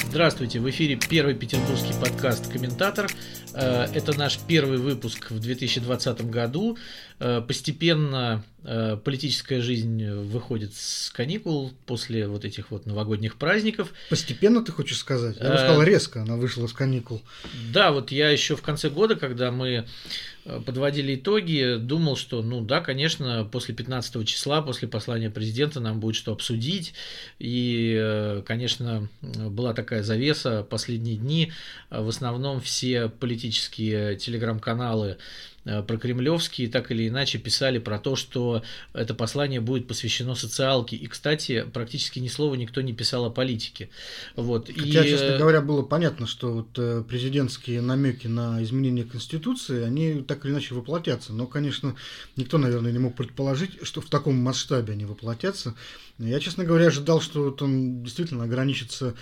Здравствуйте, в эфире первый петербургский подкаст «Комментатор». Это наш первый выпуск в 2020 году. Постепенно политическая жизнь выходит с каникул после вот этих вот новогодних праздников. Постепенно, ты хочешь сказать? Я бы сказал, резко она вышла с каникул. Да, вот я еще в конце года, когда мы подводили итоги, думал, что, ну да, конечно, после 15 числа, после послания президента нам будет что обсудить. И, конечно, была такая завеса последние дни. В основном все политические телеграм-каналы прокремлевские так или иначе писали про то, что это послание будет посвящено социалке. И, кстати, практически ни слова никто не писал о политике. Вот. Хотя, честно говоря, было понятно, что вот президентские намеки на изменение Конституции, они так или иначе воплотятся. Но, конечно, никто, наверное, не мог предположить, что в таком масштабе они воплотятся. Я, честно говоря, ожидал, что вот он действительно ограничится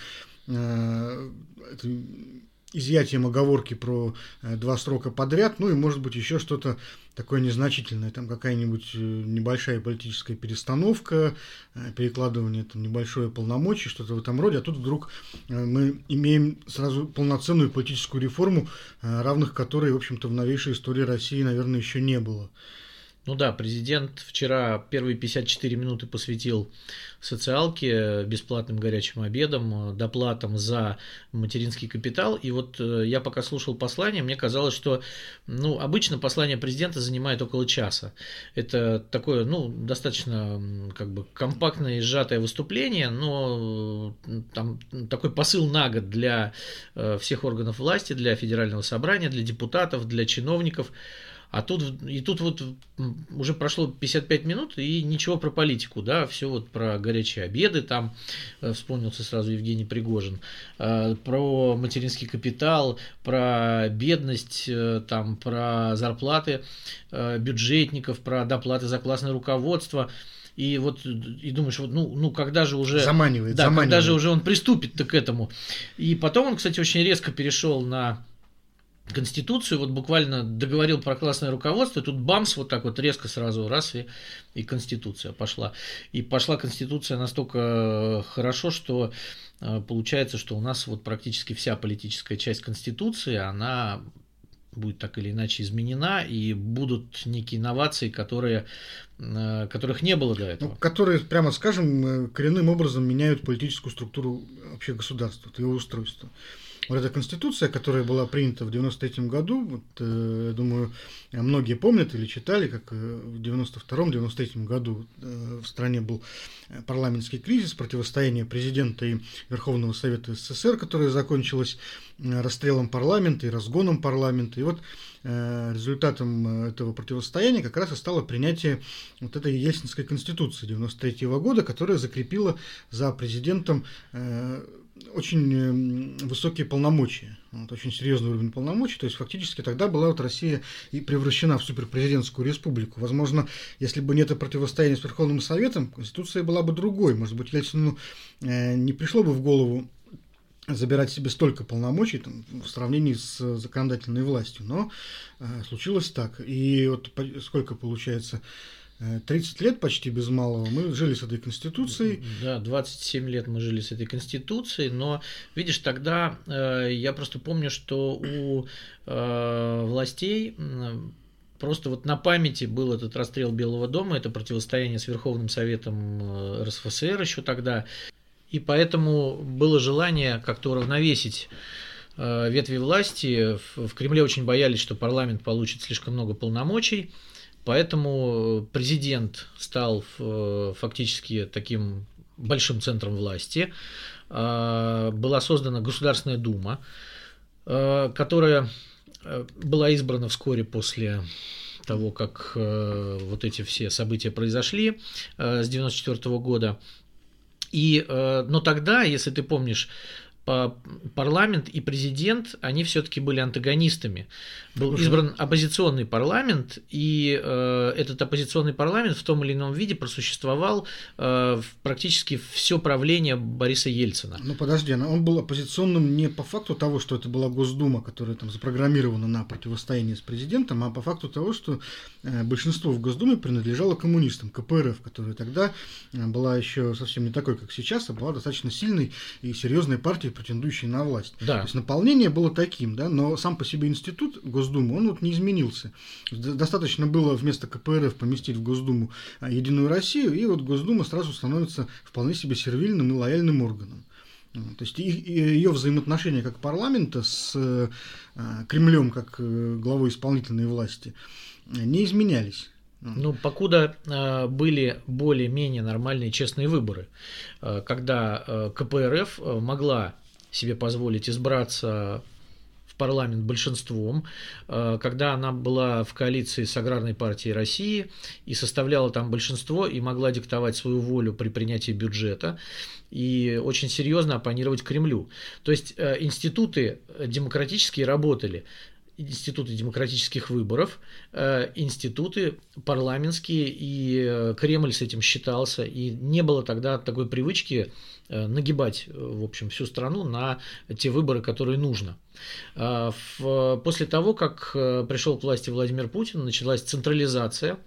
изъятием оговорки про 2 срока подряд, ну и, может быть, еще что-то такое незначительное, там какая-нибудь небольшая политическая перестановка, перекладывание там небольшое полномочий, что-то в этом роде, а тут вдруг мы имеем сразу полноценную политическую реформу, равных которой, в общем-то, в новейшей истории России, наверное, еще не было. Ну да, президент вчера первые 54 минуты посвятил социалке, бесплатным горячим обедам, доплатам за материнский капитал. И вот я пока слушал послание, мне казалось, что обычно послание президента занимает около часа. Это такое достаточно компактное и сжатое выступление, но там такой посыл на год для всех органов власти, для федерального собрания, для депутатов, для чиновников. А тут вот уже прошло 55 минут, и ничего про политику, да, все вот про горячие обеды, там вспомнился сразу Евгений Пригожин, про материнский капитал, про бедность, там, про зарплаты бюджетников, про доплаты за классное руководство. И вот и думаешь, вот, когда же уже... Заманивает. Когда же уже он приступит-то к этому. И потом он, кстати, очень резко перешел на Конституцию, вот буквально договорил про классное руководство, и тут бамс, вот так вот резко сразу раз, и Конституция пошла. И пошла Конституция настолько хорошо, что получается, что у нас вот практически вся политическая часть Конституции, она будет так или иначе изменена, и будут некие инновации, которых не было до этого. Которые, прямо скажем, коренным образом меняют политическую структуру вообще государства, его устройство. Вот эта Конституция, которая была принята в 1993 году, вот, я думаю, многие помнят или читали, как в 1992-1993 году в стране был парламентский кризис, противостояние президента и Верховного Совета СССР, которое закончилось расстрелом парламента и разгоном парламента. И вот результатом этого противостояния как раз и стало принятие вот этой Ельцинской Конституции 1993 года, которая закрепила за президентом очень высокие полномочия, очень серьезный уровень полномочий, то есть фактически тогда была вот Россия и превращена в суперпрезидентскую республику. Возможно, если бы не это противостояние с Верховным Советом, Конституция была бы другой, может быть, Ельцину не пришло бы в голову забирать себе столько полномочий там, в сравнении с законодательной властью, но случилось так. И вот сколько получается... 30 лет почти без малого мы жили с этой Конституцией. Да, 27 лет мы жили с этой Конституцией, но, видишь, тогда я просто помню, что у властей просто вот на памяти был этот расстрел Белого дома, это противостояние с Верховным Советом РСФСР еще тогда, и поэтому было желание как-то уравновесить ветви власти. В Кремле очень боялись, что парламент получит слишком много полномочий. Поэтому президент стал фактически таким большим центром власти. Была создана Государственная Дума, которая была избрана вскоре после того, как вот эти все события произошли с 1994 года. Но тогда, если ты помнишь, парламент и президент, они все-таки были антагонистами. Был избран оппозиционный парламент, и этот оппозиционный парламент в том или ином виде просуществовал практически все правление Бориса Ельцина. Ну подожди, он был оппозиционным не по факту того, что это была Госдума, которая там запрограммирована на противостояние с президентом, а по факту того, что большинство в Госдуме принадлежало коммунистам, КПРФ, которая тогда была еще совсем не такой, как сейчас, а была достаточно сильной и серьезной партией, претендующие на власть. Да. То есть наполнение было таким, да, но сам по себе институт Госдумы, он вот не изменился. Достаточно было вместо КПРФ поместить в Госдуму Единую Россию, и вот Госдума сразу становится вполне себе сервильным и лояльным органом. То есть ее взаимоотношения как парламента с Кремлем как главой исполнительной власти не изменялись. Ну, покуда были более-менее нормальные честные выборы, когда КПРФ могла себе позволить избраться в парламент большинством, когда она была в коалиции с Аграрной партией России и составляла там большинство и могла диктовать свою волю при принятии бюджета и очень серьезно оппонировать Кремлю. То есть институты демократические работали. Институты демократических выборов, институты парламентские, и Кремль с этим считался, и не было тогда такой привычки нагибать, в общем, всю страну на те выборы, которые нужно. После того, как пришел к власти Владимир Путин, началась централизация,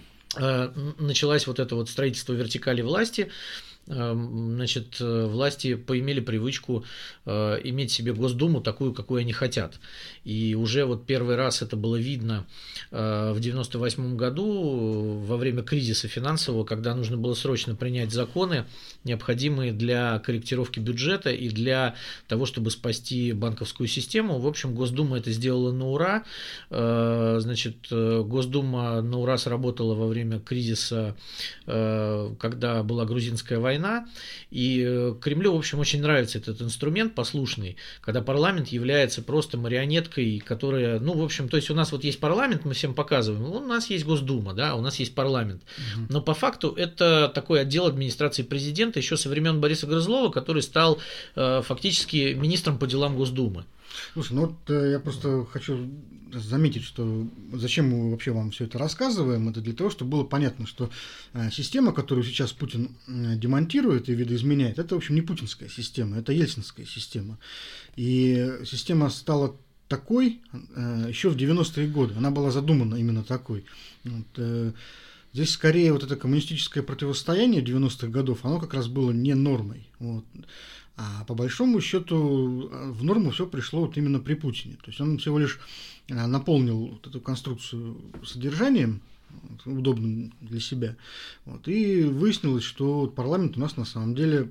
началось вот это вот строительство вертикали власти. Значит, власти поимели привычку иметь себе Госдуму такую, какую они хотят. И уже вот первый раз это было видно в 1998 году, во время кризиса финансового, когда нужно было срочно принять законы, необходимые для корректировки бюджета и для того, чтобы спасти банковскую систему. В общем, Госдума это сделала на ура. Значит, Госдума на ура сработала во время кризиса, когда была грузинская война. И Кремлю, в общем, очень нравится этот инструмент послушный, когда парламент является просто марионеткой, которая, ну, в общем, то есть у нас вот есть парламент, мы всем показываем, у нас есть Госдума, да, у нас есть парламент. Но по факту это такой отдел администрации президента еще со времен Бориса Грызлова, который стал фактически министром по делам Госдумы. Слушай, ну вот я просто хочу заметить, что зачем мы вообще вам все это рассказываем, это для того, чтобы было понятно, что система, которую сейчас Путин демонтирует и видоизменяет, это, в общем, не путинская система, это ельцинская система. И система стала такой еще в 90-е годы, она была задумана именно такой. Вот, здесь скорее вот это коммунистическое противостояние 90-х годов, оно как раз было не нормой. Вот. А по большому счету в норму все пришло вот именно при Путине. То есть он всего лишь наполнил вот эту конструкцию содержанием, удобным для себя. Вот, и выяснилось, что парламент у нас на самом деле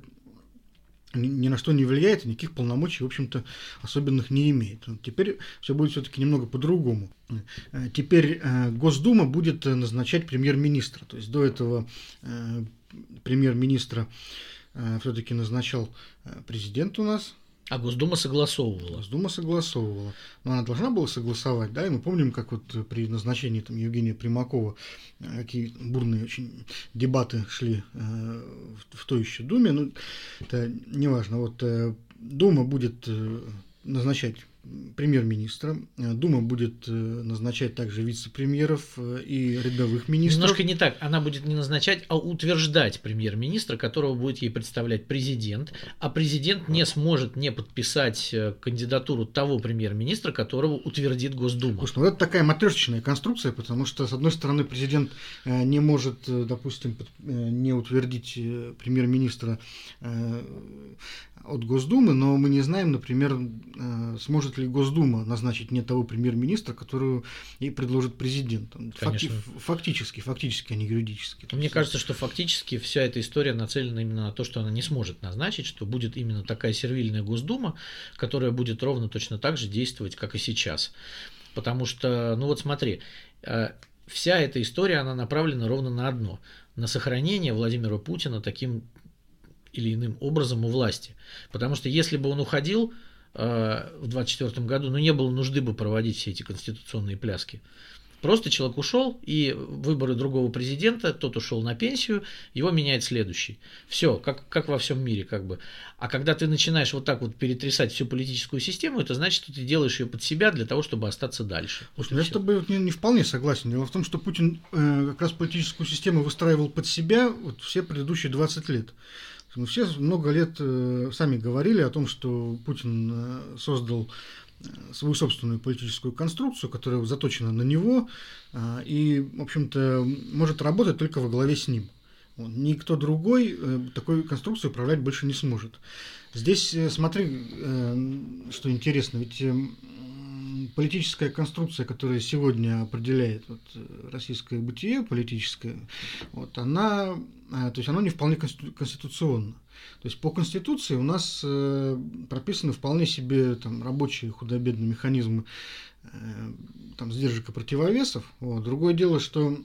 ни на что не влияет, и никаких полномочий, в общем-то, особенных не имеет. Вот теперь все будет все-таки немного по-другому. Теперь Госдума будет назначать премьер-министра. То есть до этого премьер-министра все-таки назначал президент у нас. А Госдума согласовывала. Госдума согласовывала. Но она должна была согласовать, да, и мы помним, как вот при назначении там Евгения Примакова какие бурные очень дебаты шли в той еще Думе. Ну, это неважно. Вот Дума будет назначать премьер-министра, Дума будет назначать также вице-премьеров и рядовых министров. Немножко не так. Она будет не назначать, а утверждать премьер-министра, которого будет ей представлять президент, а президент не сможет не подписать кандидатуру того премьер-министра, которого утвердит Госдума. Слушай, ну это такая матрешечная конструкция, потому что, с одной стороны, президент не может, допустим, не утвердить премьер-министра от Госдумы, но мы не знаем, например, сможет ли Госдума назначить не того премьер-министра, которого ей предложит президент. Фактически, а не юридически. Мне кажется, что фактически вся эта история нацелена именно на то, что она не сможет назначить, что будет именно такая сервильная Госдума, которая будет ровно точно так же действовать, как и сейчас. Потому что, ну вот смотри, вся эта история, она направлена ровно на одно – на сохранение Владимира Путина таким или иным образом у власти. Потому что если бы он уходил в 2024 году, ну не было нужды бы проводить все эти конституционные пляски. Просто человек ушел, и выборы другого президента, тот ушел на пенсию, его меняет следующий. Все, как во всем мире, как бы. А когда ты начинаешь вот так вот перетрясать всю политическую систему, это значит, что ты делаешь ее под себя для того, чтобы остаться дальше. Вот я с тобой не вполне согласен. Дело в том, что Путин как раз политическую систему выстраивал под себя вот все предыдущие 20 лет. Мы все много лет сами говорили о том, что Путин создал свою собственную политическую конструкцию, которая заточена на него и, в общем-то, может работать только во главе с ним. Никто другой такой конструкцией управлять больше не сможет. Здесь смотри, что интересно, ведь политическая конструкция, которая сегодня определяет российское бытие политическое, она не вполне конституционна. То есть по Конституции у нас прописаны вполне себе рабочие худо-бедные механизмы сдержек и противовесов. Другое дело, что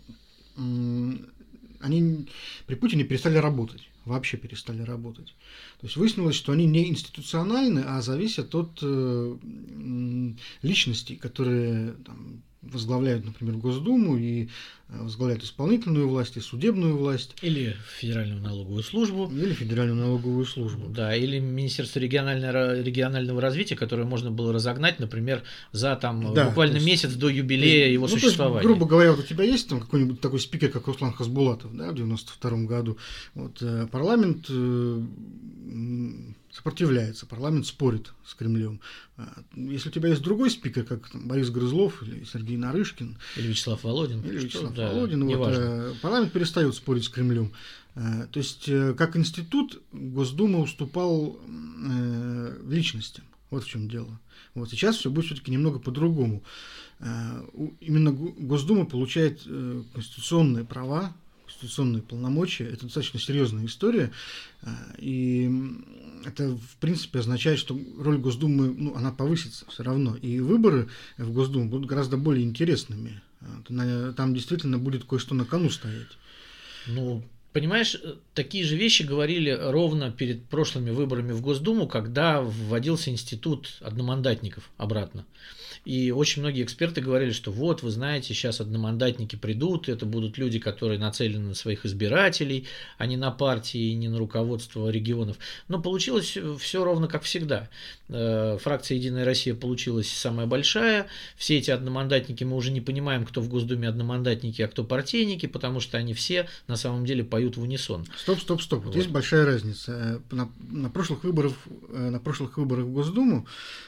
они при Путине перестали работать. Вообще перестали работать. То есть выяснилось, что они не институциональны, а зависят от личностей, которые возглавляют, например, Госдуму и возглавляют исполнительную власть и судебную власть. Или Федеральную налоговую службу. Да, или Министерство регионального развития, которое можно было разогнать, например, за буквально месяц до юбилея его существования. Грубо говоря, у тебя есть какой-нибудь такой спикер, как Руслан Хасбулатов, в 1992 году. Парламент сопротивляется, парламент спорит с Кремлем. Если у тебя есть другой спикер, как Борис Грызлов или Сергей Нарышкин, или Вячеслав Володин, парламент перестает спорить с Кремлем. То есть, как институт, Госдума уступал личностям. Вот в чем дело. Сейчас все будет все-таки немного по-другому. Именно Госдума получает конституционные права, конституционные полномочия. Это достаточно серьезная история. И это, в принципе, означает, что роль Госдумы, она повысится все равно. И выборы в Госдуму будут гораздо более интересными. Там действительно будет кое-что на кону стоять. Понимаешь, такие же вещи говорили ровно перед прошлыми выборами в Госдуму, когда вводился институт одномандатников обратно. И очень многие эксперты говорили, что вы знаете, сейчас одномандатники придут, это будут люди, которые нацелены на своих избирателей, а не на партии, не на руководство регионов. Но получилось все ровно как всегда. Фракция «Единая Россия» получилась самая большая. Все эти одномандатники, мы уже не понимаем, кто в Госдуме одномандатники, а кто партийники, потому что они все на самом деле поют в унисон. Стоп. Есть большая разница. На прошлых выборах в Госдуму,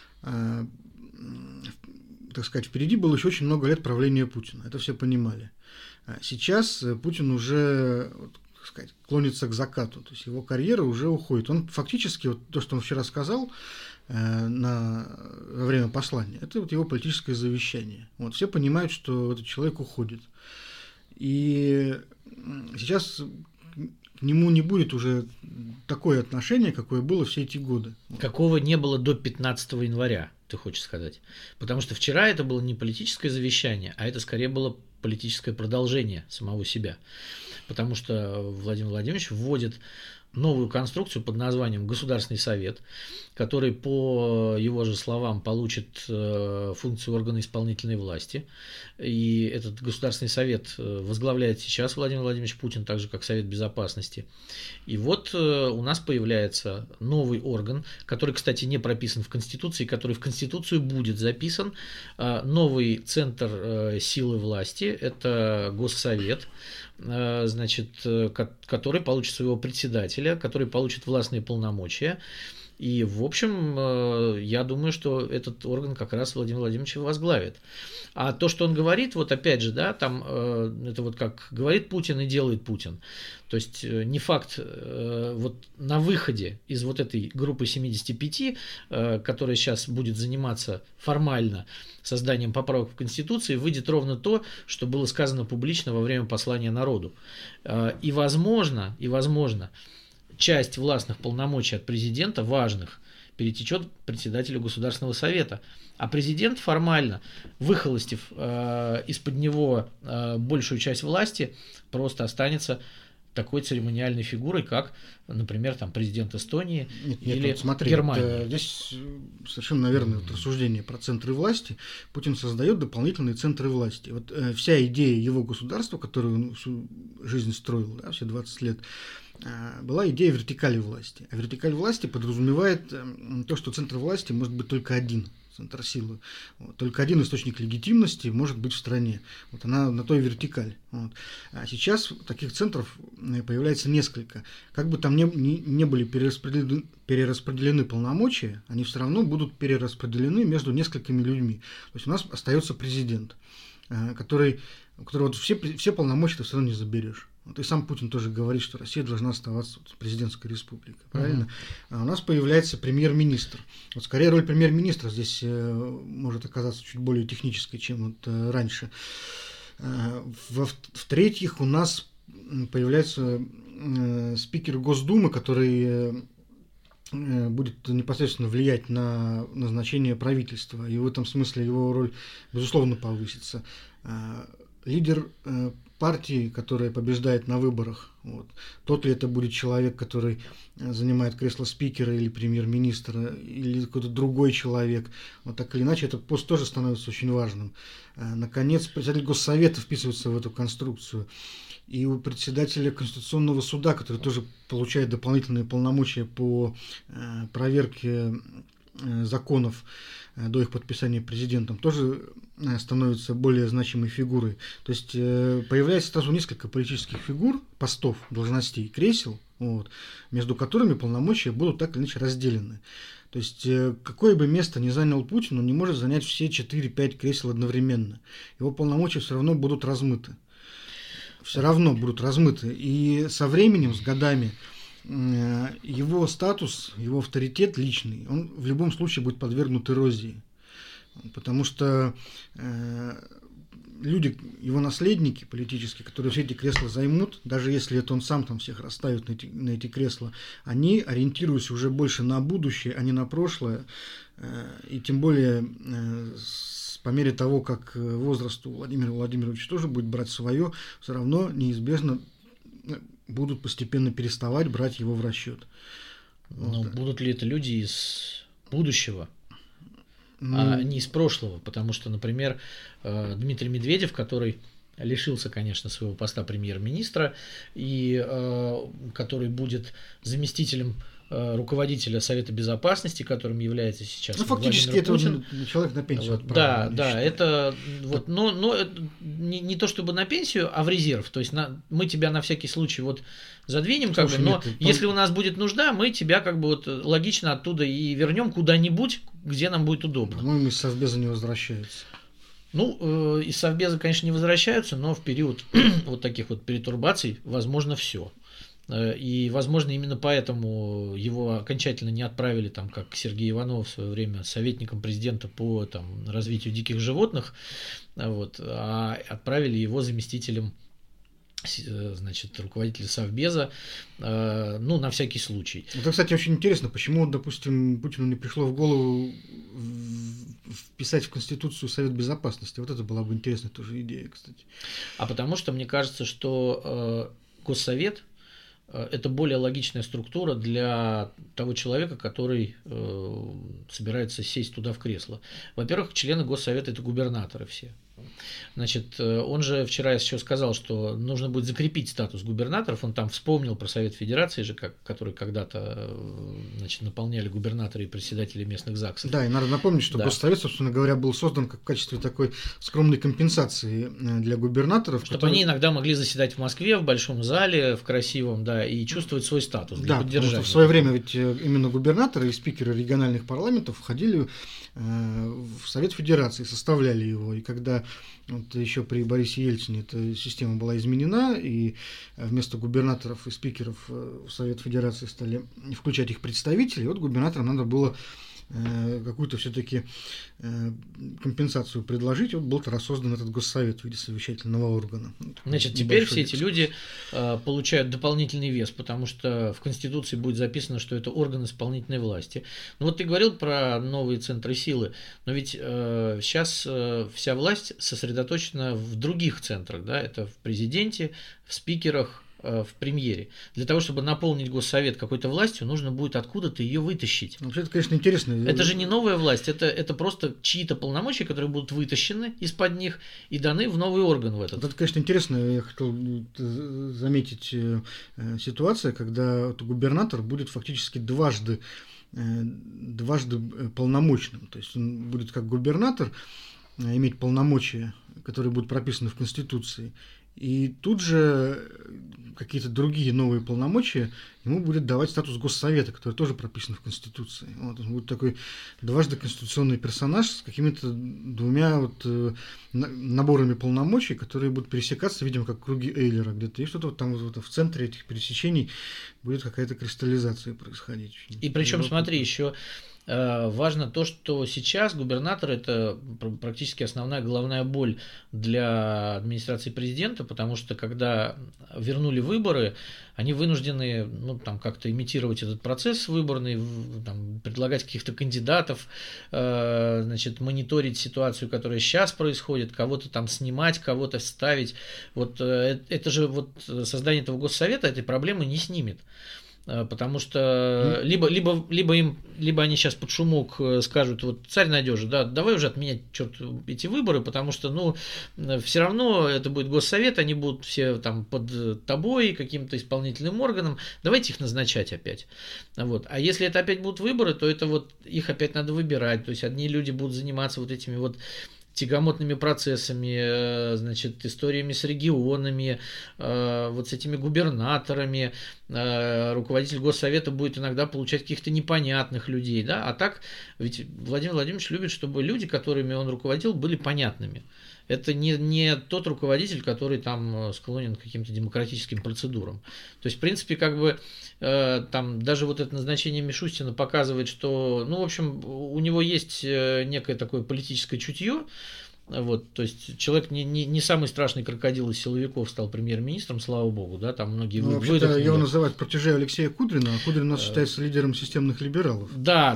так сказать, впереди было еще очень много лет правления Путина. Это все понимали. Сейчас Путин уже, так сказать, клонится к закату. То есть его карьера уже уходит. Он фактически, то, что он вчера сказал во время послания, это его политическое завещание. Все понимают, что этот человек уходит. И сейчас к нему не будет уже такое отношение, какое было все эти годы. Какого не было до 15 января, ты хочешь сказать. Потому что вчера это было не политическое завещание, а это скорее было политическое продолжение самого себя. Потому что Владимир Владимирович вводит новую конструкцию под названием Государственный совет, который, по его же словам, получит функцию органа исполнительной власти. И этот Государственный совет возглавляет сейчас Владимир Владимирович Путин, так же как Совет Безопасности. И у нас появляется новый орган, который, кстати, не прописан в Конституции, который в Конституцию будет записан. Новый центр силы власти – это Госсовет, который получит своего председателя, который получит властные полномочия. И, в общем, я думаю, что этот орган как раз Владимир Владимирович возглавит. А то, что он говорит, опять же, это как говорит Путин и делает Путин. То есть не факт, на выходе из этой группы 75, которая сейчас будет заниматься формально созданием поправок в Конституции, выйдет ровно то, что было сказано публично во время послания народу. И возможно, часть властных полномочий от президента, важных, перетечет председателю Государственного совета. А президент формально, выхолостив из-под него большую часть власти, просто останется такой церемониальной фигурой, как, например, президент Эстонии или Германии. Здесь совершенно верное рассуждение про центры власти. Путин создает дополнительные центры власти. Вся идея его государства, которую он всю жизнь строил, все 20 лет, была идея вертикали власти. А вертикаль власти подразумевает то, что центр власти может быть только один. Центр силы. Только один источник легитимности может быть в стране. Она на той вертикаль. А сейчас таких центров появляется несколько. Как бы там не были перераспределены полномочия, они все равно будут перераспределены между несколькими людьми. То есть у нас остается президент, у которого все полномочия ты все равно не заберешь. Вот и сам Путин тоже говорит, что Россия должна оставаться президентской республикой, правильно? А у нас появляется премьер-министр. Вот скорее роль премьер-министра здесь может оказаться чуть более технической, чем вот раньше. В-третьих, у нас появляется спикер Госдумы, который будет непосредственно влиять на назначение правительства. И в этом смысле его роль, безусловно, повысится. Лидер партии, которая побеждает на выборах, вот, тот ли это будет человек, который занимает кресло спикера или премьер-министра, или какой-то другой человек, вот так или иначе, этот пост тоже становится очень важным. Наконец, председатель Госсовета вписывается в эту конструкцию. И у председателя Конституционного суда, который тоже получает дополнительные полномочия по проверке законов до их подписания президентом, тоже становится более значимой фигурой. То есть появляется сразу несколько политических фигур, постов, должностей, кресел, вот, между которыми полномочия будут так или иначе разделены. То есть какое бы место ни занял Путин, он не может занять все 4-5 кресел одновременно. Его полномочия все равно будут размыты. Все равно будут размыты. И со временем, с годами, его статус, его авторитет личный, он в любом случае будет подвергнут эрозии. Потому что люди, его наследники политические, которые все эти кресла займут, даже если это он сам там всех расставит на эти кресла, они, ориентируясь уже больше на будущее, а не на прошлое, и тем более по мере того, как возраст у Владимира Владимировича тоже будет брать свое, все равно неизбежно будут постепенно переставать брать его в расчет. Но вот. Будут ли это люди из будущего, а не из прошлого? Потому что, например, Дмитрий Медведев, который лишился, конечно, своего поста премьер-министра, и который будет заместителем руководителя Совета Безопасности, которым является сейчас фактически это человек на пенсию. Вот, да, это вот, но не то чтобы на пенсию, а в резерв. То есть мы тебя на всякий случай вот задвинем, как бы, но если у нас будет нужда, мы тебя как бы вот логично оттуда и вернем куда-нибудь, где нам будет удобно. По-моему, из Совбеза не возвращаются. Ну, из Совбеза, конечно, не возвращаются, но в период вот таких вот перетурбаций возможно все. И, возможно, именно поэтому его окончательно не отправили, там, как Сергей Иванов в свое время, советником президента по развитию диких животных, вот, а отправили его заместителем, значит, руководителя Совбеза, ну, на всякий случай. Это, кстати, очень интересно, почему, допустим, Путину не пришло в голову вписать в Конституцию Совет Безопасности. Вот это была бы интересная тоже идея, кстати. А потому что мне кажется, что Госсовет это более логичная структура для того человека, который собирается сесть туда в кресло. Во-первых, члены Госсовета – это губернаторы все. Значит, он же вчера еще сказал, что нужно будет закрепить статус губернаторов. Он там вспомнил про Совет Федерации, же, который когда-то, значит, наполняли губернаторы и председатели местных ЗАГСов. Да, и надо напомнить, что Госсовет, собственно говоря, был создан как в качестве такой скромной компенсации для губернаторов. Чтобы они иногда могли заседать в Москве, в большом зале, в красивом, да, и чувствовать свой статус. Да, потому что в свое время ведь именно губернаторы и спикеры региональных парламентов входили в Совет Федерации, составляли его. И когда вот еще при Борисе Ельцине эта система была изменена, и вместо губернаторов и спикеров в Совет Федерации стали включать их представителей, вот губернаторам надо было какую-то все-таки компенсацию предложить. Вот был создан этот Госсовет в виде совещательного органа. Значит, теперь все эти люди получают дополнительный вес, потому что в Конституции будет записано, что это орган исполнительной власти. Ну вот ты говорил про новые центры силы, но ведь сейчас вся власть сосредоточена в других центрах, да, это в президенте, в спикерах, в премьере. Для того, чтобы наполнить Госсовет какой-то властью, нужно будет откуда-то ее вытащить. Вообще, это, конечно, интересно. Это же не новая власть, это просто чьи-то полномочия, которые будут вытащены из-под них и даны в новый орган в этот. Вот это, конечно, интересно. Я хотел заметить ситуация, когда губернатор будет фактически дважды полномочным. То есть он будет как губернатор иметь полномочия, которые будут прописаны в Конституции. И тут же какие-то другие новые полномочия, ему будет давать статус Госсовета, который тоже прописан в Конституции. Вот, он будет такой дважды конституционный персонаж с какими-то двумя наборами полномочий, которые будут пересекаться, видимо, как круги Эйлера где-то. И что-то вот там в центре этих пересечений будет какая-то кристаллизация происходить. И причем, смотри, еще важно то, что сейчас губернатор – это практически основная головная боль для администрации президента, потому что когда вернули выборы, они вынуждены как-то имитировать этот процесс выборный, предлагать каких-то кандидатов, мониторить ситуацию, которая сейчас происходит, кого-то там снимать, кого-то ставить. Вот это же создание этого Госсовета этой проблемы не снимет. Потому что либо они сейчас под шумок скажут, вот царь надежи, да, давай уже отменять, черт, эти выборы, потому что, все равно это будет Госсовет, они будут все там под тобой, каким-то исполнительным органом, давайте их назначать опять. Вот. А если это опять будут выборы, то это их опять надо выбирать, то есть одни люди будут заниматься этими тягомотными процессами, историями с регионами, с этими губернаторами. Руководитель Госсовета будет иногда получать каких-то непонятных людей. Да? А так, ведь Владимир Владимирович любит, чтобы люди, которыми он руководил, были понятными. Это не тот руководитель, который там склонен к каким-то демократическим процедурам. То есть, в принципе, там даже это назначение Мишустина показывает, что, в общем, у него есть некое такое политическое чутье. То есть человек не самый страшный крокодил из силовиков стал премьер-министром, слава богу, да, там многие вообще-то его называют протеже Алексея Кудрина, а Кудрин у нас считается лидером системных либералов. Да.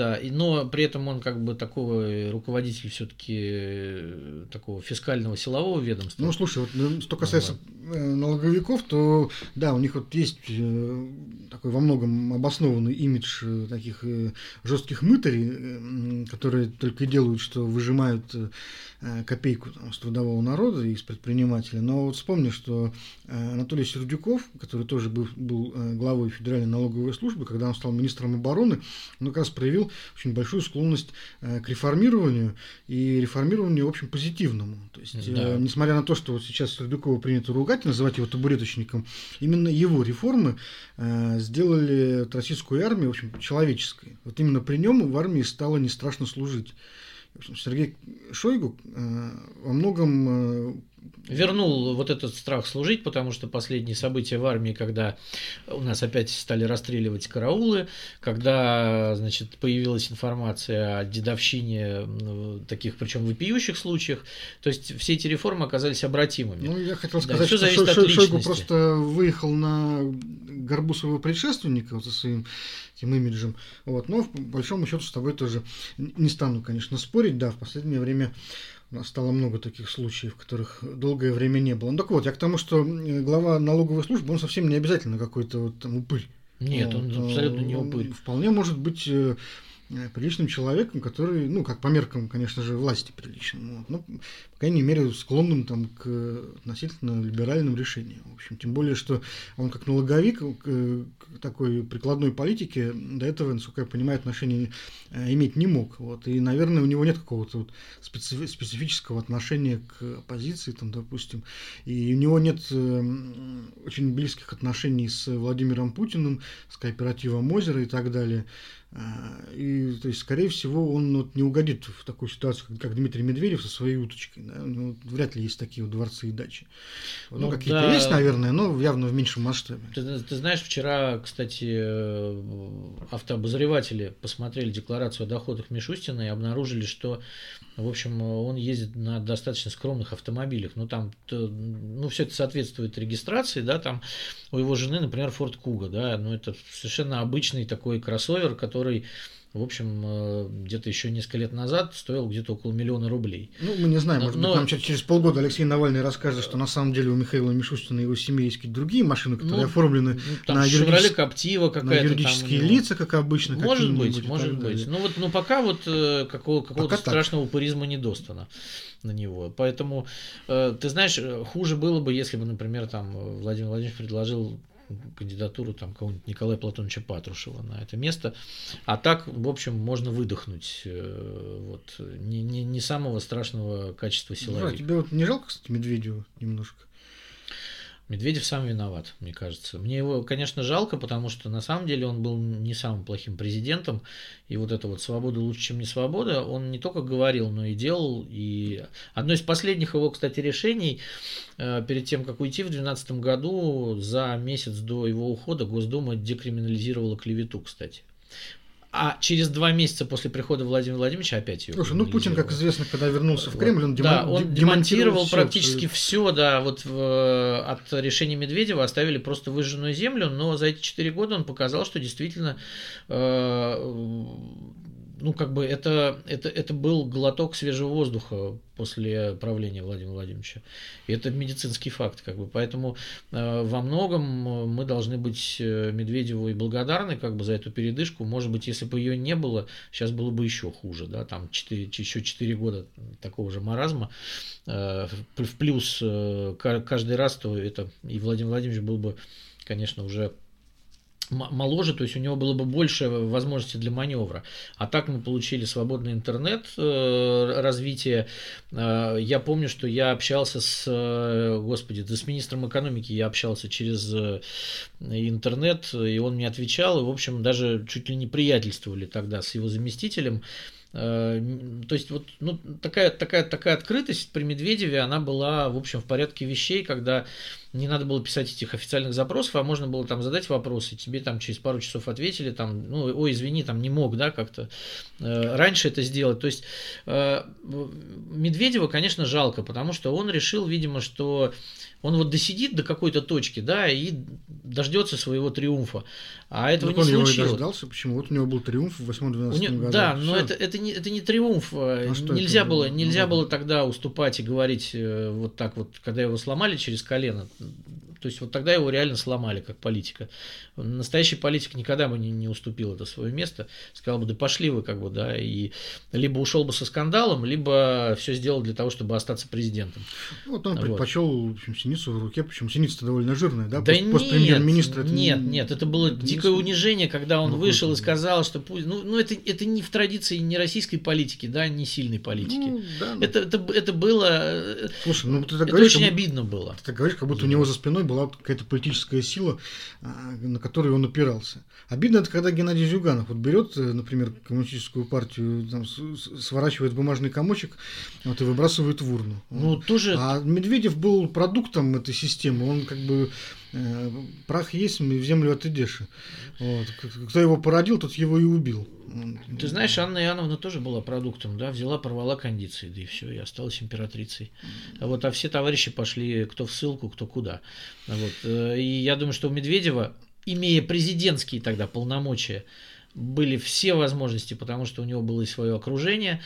Но при этом он такого руководитель все-таки такого фискального силового ведомства. Слушай, что касается налоговиков, то да, у них есть такой во многом обоснованный имидж таких жестких мытарей, которые только и делают, что выжимают копейку с трудового народа и из предпринимателя. Но вспомни, что Анатолий Сердюков, который тоже был главой Федеральной налоговой службы, когда он стал министром обороны, он как раз проявил очень большую склонность к реформированию, и реформированию, в общем, позитивному. То есть, несмотря на то, что сейчас Сердюкова принято ругать, называть его табуреточником, именно его реформы сделали российскую армию, в общем, человеческой. Именно при нем в армии стало не страшно служить. Сергей Шойгу во многом вернул этот страх служить, потому что последние события в армии, когда у нас опять стали расстреливать караулы, когда, появилась информация о дедовщине таких, причем вопиющих случаях, то есть все эти реформы оказались обратимыми. Я хотел сказать, что Шойгу просто выехал на горбу своего предшественника со своим этим имиджем. Но по большому счету с тобой тоже не стану, конечно, спорить. Да, в последнее время у нас стало много таких случаев, которых долгое время не было. Так я к тому, что глава налоговой службы, он совсем не обязательно какой-то упырь. Нет, он абсолютно не упырь. Вполне может быть приличным человеком, который, как по меркам, конечно же, власти приличным, по крайней мере, склонным к относительно либеральным решениям. В общем, тем более, что он как налоговик к такой прикладной политике до этого, насколько я понимаю, отношения иметь не мог. И, наверное, у него нет какого-то специфического отношения к оппозиции, допустим, и у него нет очень близких отношений с Владимиром Путиным, с кооперативом Озера и так далее. И, то есть, скорее всего, он не угодит в такую ситуацию, как Дмитрий Медведев со своей уточкой. Да? У него вряд ли есть такие дворцы и дачи. Какие-то есть, наверное, но явно в меньшем масштабе. Ты знаешь, вчера, кстати, автообозреватели посмотрели декларацию о доходах Мишустина и обнаружили, что, в общем, он ездит на достаточно скромных автомобилях. Там, все это соответствует регистрации, да, там у его жены, например, Ford Kuga, да, это совершенно обычный такой кроссовер, который, в общем, где-то еще несколько лет назад стоил где-то около 1 000 000 рублей. Мы не знаем, может быть, нам через полгода Алексей Навальный расскажет, что на самом деле у Михаила Мишустина и его семьи есть какие-то другие машины, которые оформлены на юридические лица, как обычно. Может быть. Пока какого-то страшного упыризма не достано на него. Поэтому, ты знаешь, хуже было бы, если бы, например, Владимир Владимирович предложил кандидатуру какого-нибудь Николая Платоновича Патрушева на это место. А так, в общем, можно выдохнуть не самого страшного качества силовика. Тебе не жалко, кстати, Медведева немножко? Медведев сам виноват, мне кажется. Мне его, конечно, жалко, потому что на самом деле он был не самым плохим президентом. И вот эта вот свобода лучше, чем не свобода, он не только говорил, но и делал. И одно из последних его, кстати, решений, перед тем, как уйти в 2012 году, за месяц до его ухода Госдума декриминализировала клевету, кстати. А через 2 месяца после прихода Владимира Владимировича опять ее. Слушай, ну Путин, как известно, когда вернулся в Кремль, он демонтировал практически все, да, вот от решения Медведева оставили просто выжженную землю, но за эти 4 года он показал, что действительно, ну, как бы это был глоток свежего воздуха после правления Владимира Владимировича. И это медицинский факт, как бы. Поэтому во многом мы должны быть Медведеву и благодарны, как бы, за эту передышку. Может быть, если бы ее не было, сейчас было бы еще хуже, да, там еще 4 года такого же маразма. В плюс каждый раз, то это и Владимир Владимирович был бы, конечно, уже моложе, то есть у него было бы больше возможностей для маневра. А так мы получили свободный интернет, развитие. Я помню, что я общался с министром экономики, я общался через интернет, и он мне отвечал, и, в общем, даже чуть ли не приятельствовали тогда с его заместителем. То есть вот, ну, такая открытость при Медведеве, она была, в общем, в порядке вещей, когда не надо было писать этих официальных запросов, а можно было там задать вопросы, тебе там через пару часов ответили, там, ну, ой, извини, там не мог, да, как-то раньше это сделать. То есть Медведева, конечно, жалко, потому что он решил, видимо, что он вот досидит до какой-то точки, да, и дождется своего триумфа. А этого не случилось. Он его и дождался. Почему? Вот у него был триумф в 8-12 году. Да, но это не триумф. Нельзя было тогда уступать и говорить вот так вот, когда его сломали через колено. То есть вот тогда его реально сломали как политика. Настоящий политик никогда бы не уступил это свое место. Сказал бы, да пошли вы, как бы, да, и либо ушел бы со скандалом, либо все сделал для того, чтобы остаться президентом. Вот он предпочел, в общем, синицу в руке, причем синица довольно жирная, да? Да Пост-премьер-министра. Нет, это было дикое унижение, когда он вышел и сказал, что ну это не в традиции не российской политики, да, не сильной политики. Ну, да, это было. Слушай, ну ты так это говоришь, очень обидно было. Ты так говоришь, как будто у него за спиной была какая-то политическая сила, на которую он опирался. Обидно это, когда Геннадий Зюганов вот берет, например, коммунистическую партию, там, сворачивает бумажный комочек, вот, и выбрасывает в урну. Ну, тоже... А Медведев был продуктом этой системы, он как бы прах есть, в землю отойдешь. Вот. Кто его породил, тот его и убил. Ты знаешь, Анна Иоанновна тоже была продуктом, да, взяла, порвала кондиции, да и все, и осталась императрицей. А все товарищи пошли кто в ссылку, кто куда. Вот. И я думаю, что у Медведева, имея президентские тогда полномочия, были все возможности, потому что у него было и свое окружение,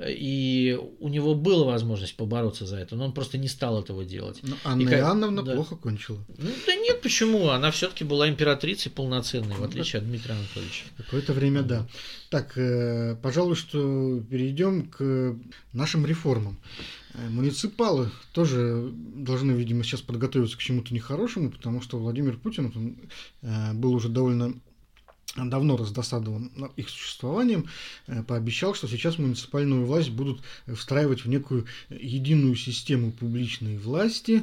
и у него была возможность побороться за это, но он просто не стал этого делать. Но Анна Иоанновна плохо кончила. Ну, да нет, почему? Она все-таки была императрицей полноценной, в отличие от Дмитрия Анатольевича. Какое-то время, да. Так, пожалуй, что перейдем к нашим реформам. Муниципалы тоже должны, видимо, сейчас подготовиться к чему-то нехорошему, потому что Владимир Путин был уже довольно давно раздосадован их существованием, пообещал, что сейчас муниципальную власть будут встраивать в некую единую систему публичной власти,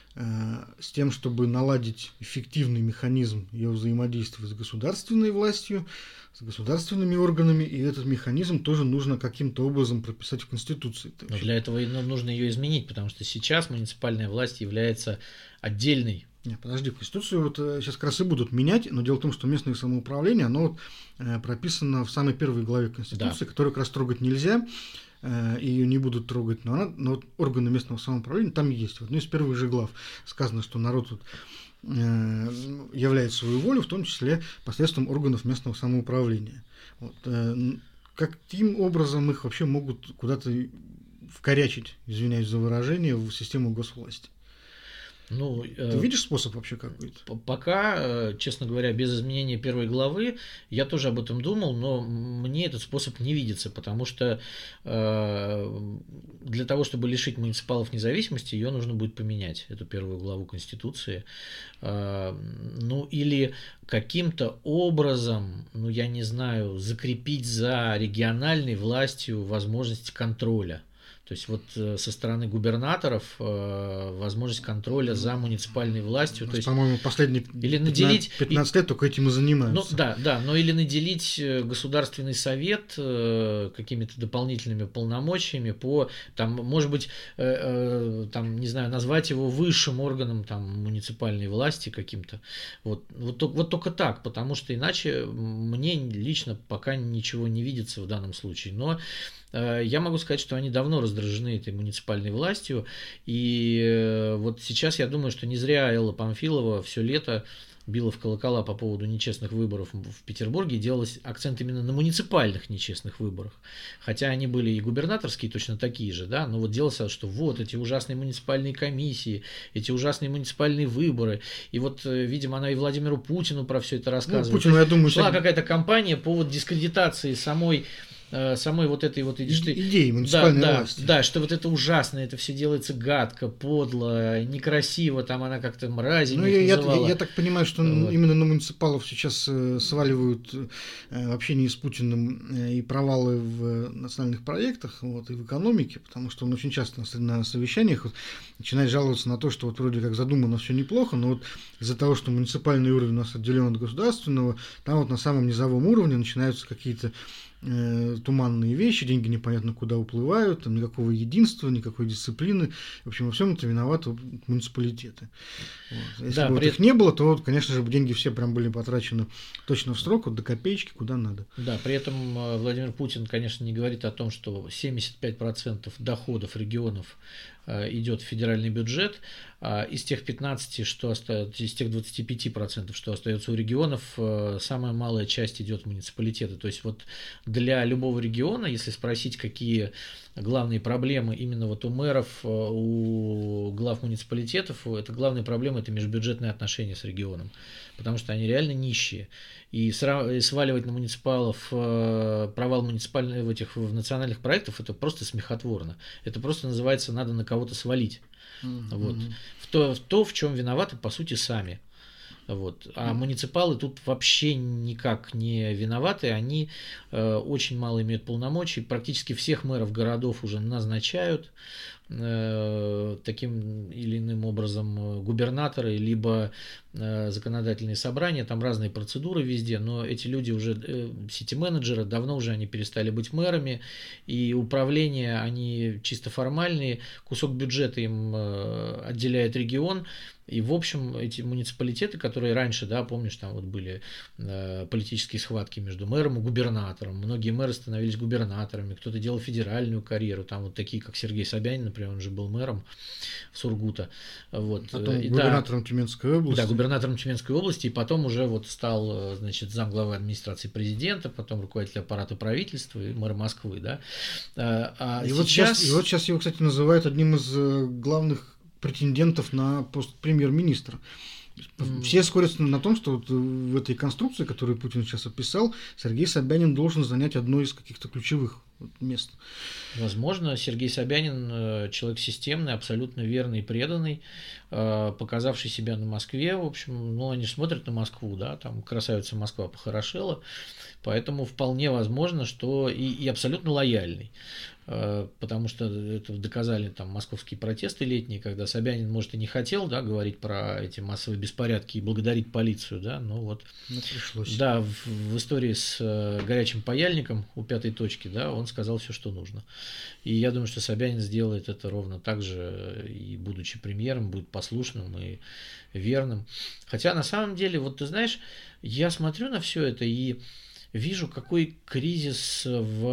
с тем, чтобы наладить эффективный механизм ее взаимодействия с государственной властью, с государственными органами, и этот механизм тоже нужно каким-то образом прописать в Конституции. Но для этого нужно ее изменить, потому что сейчас муниципальная власть является отдельной. Нет, подожди, Конституцию вот сейчас как раз и будут менять, но дело в том, что местное самоуправление, оно прописано в самой первой главе Конституции, которую как раз трогать нельзя, ее не будут трогать, но вот органы местного самоуправления там есть. В одной из первых же глав сказано, что народ являет свою волю, в том числе посредством органов местного самоуправления. Вот. Каким образом их вообще могут куда-то вкорячить, извиняюсь за выражение, в систему госвласти? Ну, ты видишь способ вообще какой-то? Пока, честно говоря, без изменения первой главы, я тоже об этом думал, но мне этот способ не видится, потому что для того, чтобы лишить муниципалов независимости, ее нужно будет поменять, эту первую главу Конституции. Ну, или каким-то образом, ну, я не знаю, закрепить за региональной властью возможность контроля. То То есть вот со стороны губернаторов возможность контроля за муниципальной властью. То есть, по-моему, последние или наделить 15 лет только этим и занимаются. Ну да, но или наделить Государственный совет какими-то дополнительными полномочиями по, там, может быть, там, не знаю, назвать его высшим органом там муниципальной власти каким-то. Вот только так, потому что иначе мне лично пока ничего не видится в данном случае. Но я могу сказать, что они давно раздражены этой муниципальной властью, и вот сейчас я думаю, что не зря Элла Памфилова все лето била в колокола по поводу нечестных выборов в Петербурге, и делалось акцент именно на муниципальных нечестных выборах. Хотя они были и губернаторские точно такие же, да, но вот делалось, что вот эти ужасные муниципальные комиссии, эти ужасные муниципальные выборы. И вот, видимо, она и Владимиру Путину про все это рассказывала. Путину, я думаю, шла какая-то кампания по вот дискредитации самой вот этой вот идеи муниципальной власти. Да, что вот это ужасно, это все делается гадко, подло, некрасиво, там она как-то мразями их называла. Я так понимаю, что именно на муниципалов сейчас сваливают общение с Путиным и провалы в национальных проектах, вот, и в экономике, потому что он очень часто на совещаниях начинает жаловаться на то, что вот вроде как задумано все неплохо, но вот из-за того, что муниципальный уровень у нас отделен от государственного, там вот на самом низовом уровне начинаются какие-то туманные вещи, деньги непонятно куда уплывают, там никакого единства, никакой дисциплины. В общем, во всем это виноваты муниципалитеты. Вот. Если бы их не было, то, конечно же, деньги все прям были потрачены точно в срок, вот до копеечки, куда надо. Да, при этом Владимир Путин, конечно, не говорит о том, что 75% доходов регионов идет в федеральный бюджет, а из тех 15, что остается, из тех 25%, что остается у регионов, самая малая часть идет в муниципалитеты. То есть вот для любого региона, если спросить, какие главные проблемы именно вот у мэров, у глав муниципалитетов, это главная проблема – это межбюджетные отношения с регионом, потому что они реально нищие. И сваливать на муниципалов провал муниципальных в национальных проектах – это просто смехотворно. Это просто называется «надо на кого-то свалить». Вот. В то, в чем виноваты, по сути, сами. Вот. А муниципалы тут вообще никак не виноваты, они очень мало имеют полномочий, практически всех мэров городов уже назначают таким или иным образом губернаторы, либо законодательные собрания, там разные процедуры везде, но эти люди уже сити-менеджеры, давно уже они перестали быть мэрами, и управление, они чисто формальные, кусок бюджета им отделяет регион. И, в общем, эти муниципалитеты, которые раньше, да, помнишь, там вот были политические схватки между мэром и губернатором. Многие мэры становились губернаторами, кто-то делал федеральную карьеру, там вот такие, как Сергей Собянин, например, он же был мэром Сургута. Вот. Потом губернатором Тюменской области. Да, губернатором Тюменской области, и потом уже вот стал, значит, замглавы администрации президента, потом руководитель аппарата правительства и мэр Москвы, да. Вот сейчас его, кстати, называют одним из главных претендентов на пост премьер-министра. Все сходятся на том, что вот в этой конструкции, которую Путин сейчас описал, Сергей Собянин должен занять одно из каких-то ключевых мест. Возможно, Сергей Собянин человек системный, абсолютно верный и преданный, показавший себя на Москве. В общем, ну, они смотрят на Москву, да, там красавица Москва похорошела, поэтому вполне возможно, что и абсолютно лояльный. Потому что это доказали там московские протесты летние, когда Собянин, может, и не хотел, да, говорить про эти массовые беспорядки и благодарить полицию, да, но вот пришлось. Да, в истории с горячим паяльником у пятой точки, да, он сказал все, что нужно. И я думаю, что Собянин сделает это ровно так же, и будучи премьером, будет послушным и верным. Хотя на самом деле, вот ты знаешь, я смотрю на все это и вижу, какой кризис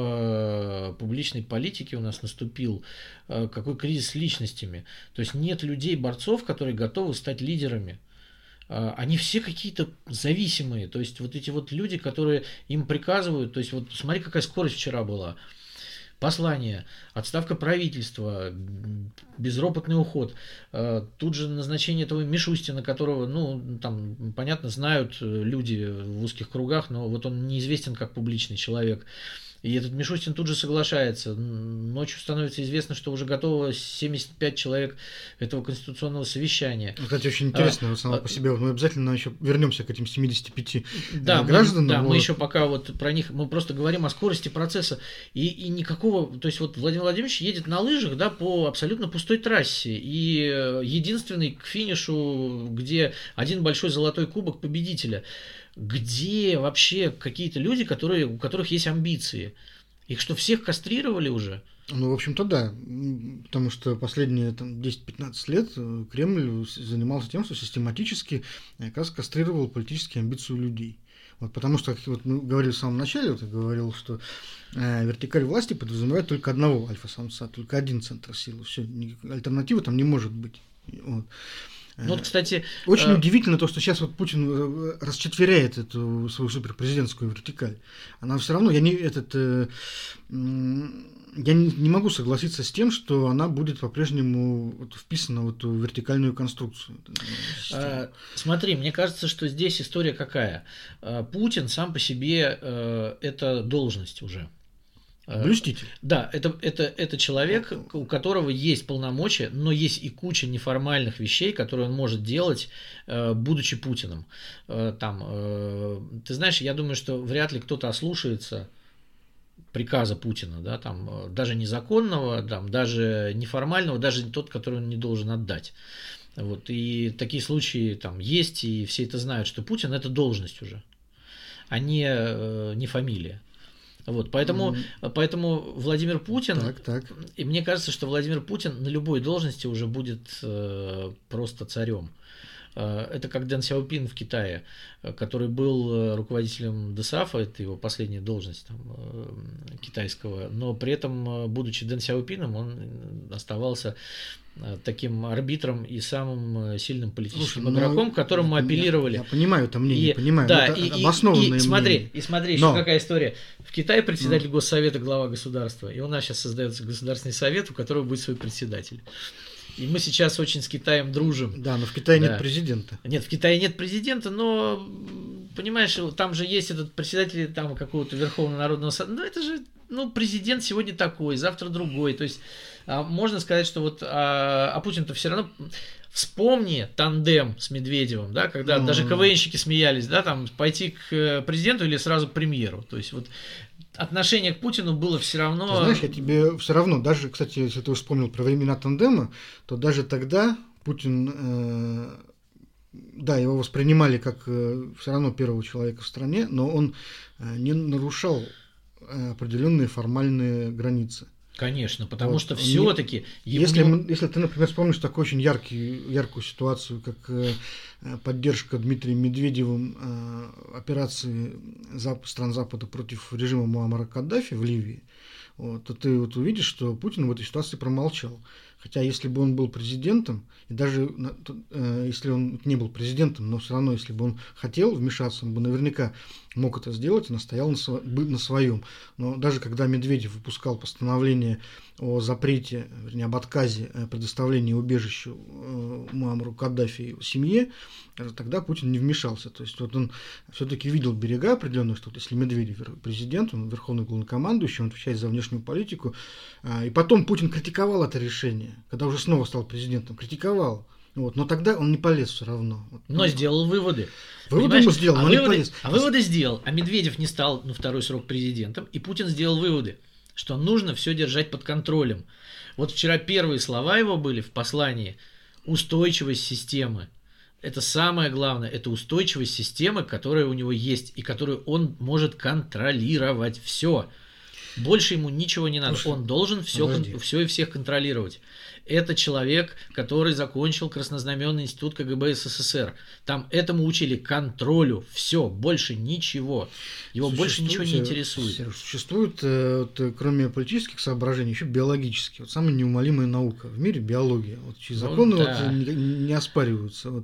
в публичной политике у нас наступил, какой кризис с личностями. То есть нет людей-борцов, которые готовы стать лидерами. Они все какие-то зависимые. То есть вот эти вот люди, которые им приказывают, то есть вот смотри, какая скорость вчера была. Послание, отставка правительства, безропотный уход, тут же назначение этого Мишустина, которого, ну, там, понятно, знают люди в узких кругах, но вот он неизвестен как публичный человек. И этот Мишустин тут же соглашается. Ночью становится известно, что уже готово 75 человек этого конституционного совещания. Кстати, очень интересно, само по себе. Мы обязательно еще вернемся к этим 75 гражданам. Да, мы еще пока вот про них, мы просто говорим о скорости процесса. И никакого, то есть вот Владимир Владимирович едет на лыжах, да, по абсолютно пустой трассе. И единственный к финишу, где один большой золотой кубок победителя. Где вообще какие-то люди, у которых есть амбиции? Их что, всех кастрировали уже? Ну, в общем-то, да. Потому что последние 10-15 лет Кремль занимался тем, что систематически как раз кастрировал политические амбиции людей. Вот, потому что, как вот мы говорили в самом начале, вот я говорил, что вертикаль власти подразумевает только одного альфа-самца, только один центр силы. Все, альтернативы там не может быть. Вот. Ну, вот, кстати, очень удивительно то, что сейчас вот Путин расчетверяет эту свою суперпрезидентскую вертикаль. Она все равно, я не могу согласиться с тем, что она будет по-прежнему вписана в эту вертикальную конструкцию. Смотри, мне кажется, что здесь история какая. Путин сам по себе это должность уже. Блюститель. Да, это человек, у которого есть полномочия, но есть и куча неформальных вещей, которые он может делать, будучи Путиным. Ты знаешь, я думаю, что вряд ли кто-то ослушается приказа Путина, да, даже незаконного, даже неформального, даже тот, который он не должен отдать. Вот, и такие случаи есть, и все это знают, что Путин – это должность уже, а не фамилия. Вот, поэтому Владимир Путин, и мне кажется, что Владимир Путин на любой должности уже будет просто царем. Это как Дэн Сяопин в Китае, который был руководителем ДСАФа, это его последняя должность китайского, но при этом, будучи Дэн Сяопином, он оставался таким арбитром и самым сильным политическим игроком, к которому апеллировали. Я понимаю это мнение, понимаю. Да, это обоснованное мнение. Смотри, еще какая история. В Китае председатель Госсовета, глава государства, и у нас сейчас создается Государственный совет, у которого будет свой председатель. И мы сейчас очень с Китаем дружим. Да, но в Китае нет президента. Нет, в Китае нет президента, но, понимаешь, там же есть этот председатель какого-то Верховного Народного Совета. Это же, президент сегодня такой, завтра другой. То есть, можно сказать, что Путин-то все равно... Вспомни тандем с Медведевым, да, когда даже КВНщики смеялись, да, пойти к президенту или сразу к премьеру. То есть, вот отношение к Путину было все равно... Ты знаешь, я тебе все равно, даже, кстати, если ты вспомнил про времена тандема, то даже тогда Путин, его воспринимали как все равно первого человека в стране, но он не нарушал определенные формальные границы. Конечно, потому что все-таки... Если ты, например, вспомнишь такую очень яркую ситуацию, как поддержка Дмитрием Медведевым операции стран Запада против режима Муаммара Каддафи в Ливии, то ты увидишь, что Путин в этой ситуации промолчал. Хотя если бы он был президентом, и даже если он не был президентом, но все равно, если бы он хотел вмешаться, он бы наверняка мог это сделать и настоял на своем. Но даже когда Медведев выпускал постановление о запрете, вернее, об отказе предоставления убежища Муаммару Каддафи и его семье, тогда Путин не вмешался. То есть он все-таки видел берега определенные, что если Медведев президент, он верховный главнокомандующий, он отвечает за внешнюю политику. И потом Путин критиковал это решение, когда уже снова стал президентом, критиковал. Но тогда он не полез все равно. Но сделал выводы. Выводы ему сделал, но не полез. Выводы сделал. А Медведев не стал второй срок президентом, и Путин сделал выводы, что нужно все держать под контролем. Вот вчера первые слова его были в послании: устойчивость системы. Это самое главное, это устойчивость системы, которая у него есть, и которую он может контролировать. Все. Больше ему ничего не надо. Он должен все и всех контролировать. Это человек, который закончил Краснознаменный институт КГБ СССР. Там этому учили контролю. Все, больше ничего. Его больше ничего не интересует. Существует, кроме политических соображений, еще биологические. Самая неумолимая наука в мире — биология. Чьи законы не оспариваются.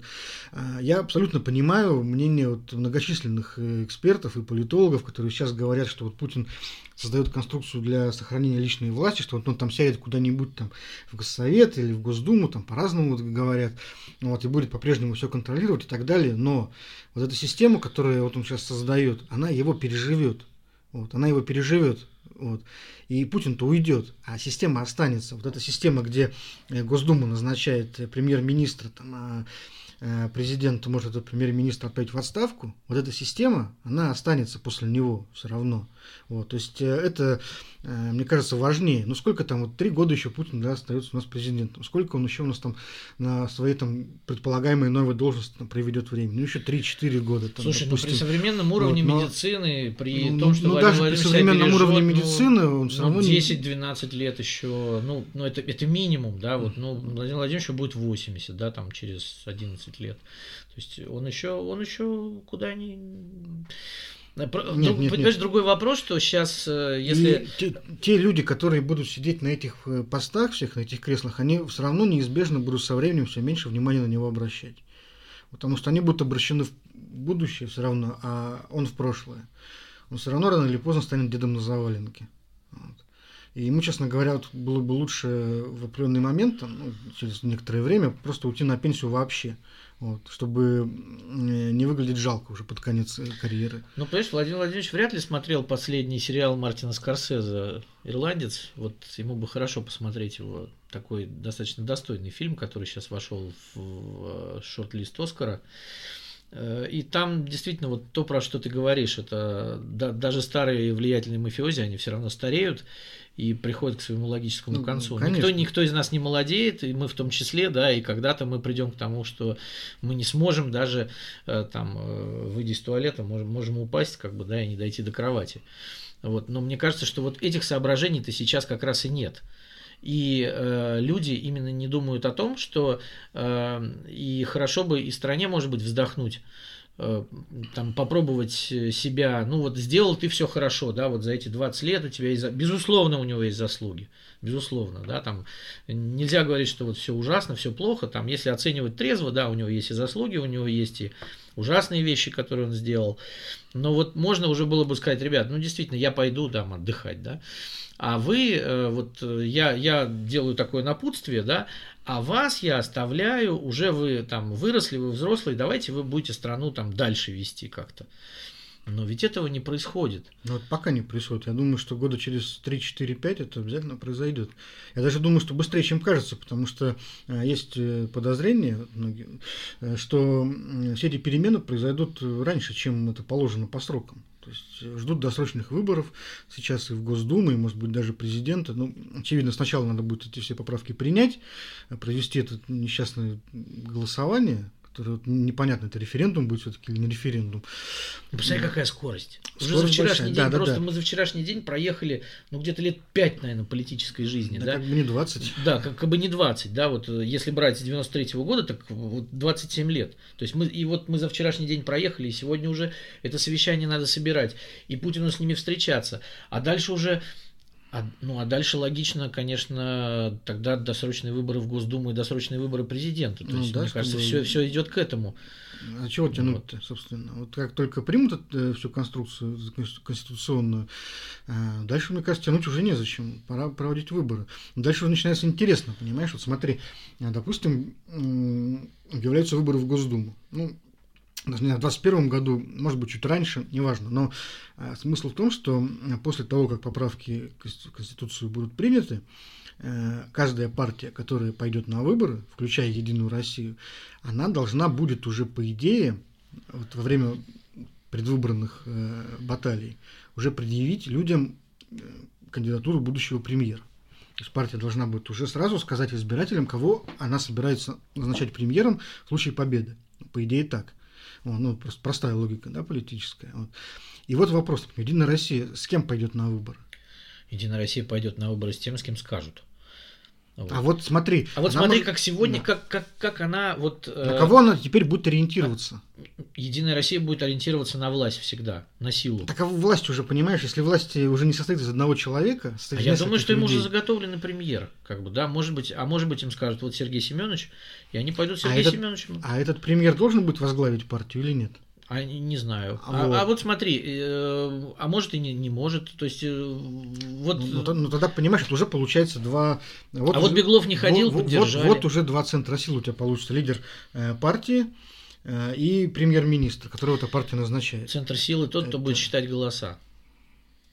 Я абсолютно понимаю мнение многочисленных экспертов и политологов, которые сейчас говорят, что Путин создает конструкцию для сохранения личной власти, что он там сядет куда-нибудь в Госсовет или в Госдуму, по-разному говорят, и будет по-прежнему все контролировать и так далее. Но вот эта система, которую он сейчас создает, она его переживет. Вот, она его переживет. Вот, и Путин-то уйдет, а система останется. Вот эта система, где Госдума назначает премьер-министра, там, а президент может этого премьер-министра отправить в отставку, вот эта система, она останется после него все равно. Вот, то есть это, мне кажется, важнее. Ну, сколько там, вот 3 года еще Путин, да, остается у нас президентом. Сколько он еще у нас там на своей там предполагаемой новой должности там проведет времени? Ну, еще 3-4 года. Там, слушай, допустим. при современном уровне вот, медицины, при том, что даже при современном уровне медицины он все равно 10-12 лет еще, ну это минимум, да, вот, ну, Владимир Владимирович будет 80, да, там через 11 лет. То есть он еще куда ни... Понимаешь, другой вопрос, что сейчас, если... Те люди, которые будут сидеть на этих постах, всех на этих креслах, они все равно неизбежно будут со временем все меньше внимания на него обращать. Потому что они будут обращены в будущее все равно, а он в прошлое. Он все равно рано или поздно станет дедом на заваленке. Вот. И ему, честно говоря, вот было бы лучше в определенный момент, там, ну, через некоторое время, просто уйти на пенсию вообще. Вот, чтобы не выглядеть жалко уже под конец карьеры. Ну, понимаешь, Владимир Владимирович вряд ли смотрел последний сериал Мартина Скорсезе «Ирландец». Вот ему бы хорошо посмотреть его, такой достаточно достойный фильм, который сейчас вошел в шорт-лист Оскара. И там действительно вот то, про что ты говоришь, это даже старые влиятельные мафиози, они все равно стареют и приходят к своему логическому концу. Никто из нас не молодеет, и мы в том числе, да, и когда-то мы придем к тому, что мы не сможем даже там, выйдя из туалета, можем упасть, как бы, да, и не дойти до кровати. Вот. Но мне кажется, что вот этих соображений-то сейчас как раз и нет. И люди именно не думают о том, что и хорошо бы и стране, может быть, вздохнуть, там, попробовать себя, ну вот сделал ты все хорошо, да, вот за эти 20 лет у тебя есть, безусловно, у него есть заслуги, безусловно, да, там нельзя говорить, что вот все ужасно, все плохо, там, если оценивать трезво, да, у него есть и заслуги, у него есть и ужасные вещи, которые он сделал, но вот можно уже было бы сказать, ребят, ну действительно, я пойду там отдыхать, да, а вы, вот я делаю такое напутствие, да, а вас я оставляю, уже вы там выросли, вы взрослые, давайте вы будете страну там дальше вести как-то. Но ведь этого не происходит. Ну, вот пока не происходит. Я думаю, что года через 3-4-5 это обязательно произойдет. Я даже думаю, что быстрее, чем кажется, потому что есть подозрение, что все эти перемены произойдут раньше, чем это положено по срокам. То есть ждут досрочных выборов сейчас и в Госдуму, и, может быть, даже президента. Ну, очевидно, сначала надо будет эти все поправки принять, провести это несчастное голосование, которое вот непонятно, это референдум будет все-таки или не референдум. Посмотри, какая скорость. Уже за вчерашний день, мы за вчерашний день проехали, ну, где-то лет 5, наверное, политической жизни. Да, как бы не 20. Да, как бы не 20, да, вот если брать с 93-го года, так вот 27 лет. То есть мы за вчерашний день проехали, и сегодня уже это совещание надо собирать, и Путину с ними встречаться. А дальше уже... А дальше логично, конечно, тогда досрочные выборы в Госдуму и досрочные выборы президента. То есть, да, мне кажется, все идет к этому. А чего тянуть-то, собственно? Вот как только примут всю конструкцию конституционную, дальше, мне кажется, тянуть уже незачем. Пора проводить выборы. Дальше уже начинается интересно, понимаешь? Вот смотри, допустим, объявляются выборы в Госдуму. Ну, в 2021 году, может быть, чуть раньше, неважно, но смысл в том, что после того, как поправки к Конституции будут приняты, каждая партия, которая пойдет на выборы, включая Единую Россию, она должна будет уже, по идее, вот во время предвыборных баталий, уже предъявить людям кандидатуру будущего премьера. То есть партия должна будет уже сразу сказать избирателям, кого она собирается назначать премьером в случае победы. По идее, так. Ну, просто простая логика, да, политическая. Вот. И вот вопрос. Единая Россия с кем пойдет на выборы? Единая Россия пойдет на выборы с тем, с кем скажут. Вот. А вот смотри, как сегодня, да. как она вот... На кого она теперь будет ориентироваться? Единая Россия будет ориентироваться на власть всегда, на силу. Так а власть уже, понимаешь, если власть уже не состоит из одного человека... я думаю, что им уже заготовлены премьер, как бы, да, может быть им скажут, вот Сергей Семенович, и они пойдут с Сергеем Семеновичем. А этот премьер должен будет возглавить партию или нет? Не знаю. Вот смотри, а может и не может. То есть, вот... Ну, тогда, понимаешь, это уже получается два... Вот Беглов не ходил, поддержали. Вот уже два центра сил у тебя получится. Лидер партии и премьер-министр, которого эта партия назначает. Центр силы тот, кто будет считать голоса.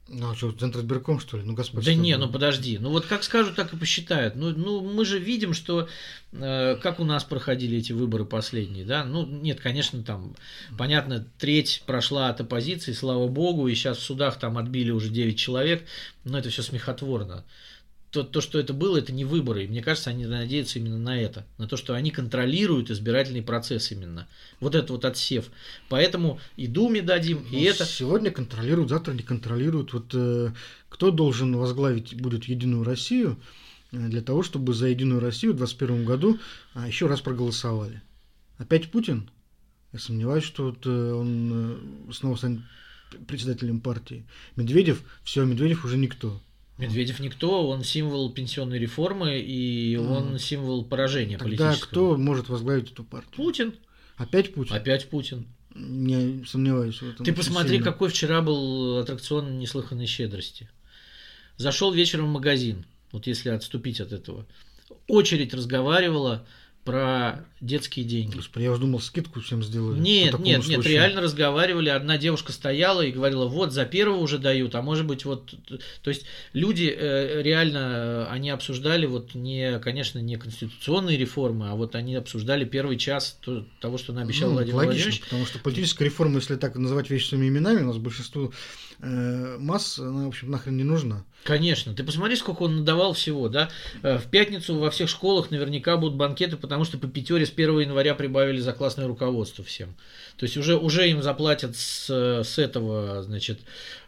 Ну, что, Центризбирком, что ли? Ну, Господь. Да не, ну подожди. Ну вот как скажут, так и посчитают. Ну мы же видим, что как у нас проходили эти выборы последние, да? Ну, нет, конечно, там, понятно, треть прошла от оппозиции, слава богу, и сейчас в судах там отбили уже 9 человек, но это все смехотворно. То, что это было, это не выборы. И мне кажется, они надеются именно на это. На то, что они контролируют избирательный процесс именно. Вот это вот отсев. Поэтому и Думе дадим, и это... Сегодня контролируют, завтра не контролируют. Вот кто должен возглавить будет Единую Россию для того, чтобы за Единую Россию в 2021 году еще раз проголосовали? Опять Путин? Я сомневаюсь, что вот он снова станет председателем партии. Медведев? Все, Медведев уже никто. Медведев никто, он символ пенсионной реформы, и он символ поражения политического. Тогда кто может возглавить эту партию? Путин. Опять Путин? Опять Путин. Не сомневаюсь в этом. Ты посмотри, сильно. Какой вчера был аттракцион неслыханной щедрости. Зашел вечером в магазин, вот если отступить от этого. Очередь разговаривала про детские деньги. Господи, я уже думал, скидку всем сделали. Нет, реально разговаривали. Одна девушка стояла и говорила, вот за первого уже дают, а может быть вот... То есть люди реально, они обсуждали вот не, конечно, не конституционные реформы, а вот они обсуждали первый час того, что наобещал Владимир Владимирович. Потому что политическая реформа, если так называть вещи своими именами, у нас большинство масс, она, в общем, нахрен не нужна. Конечно. Ты посмотри, сколько он надавал всего, да? В пятницу во всех школах наверняка будут банкеты, потому что по пятере с 1 января прибавили за классное руководство всем. То есть уже им заплатят с этого, значит,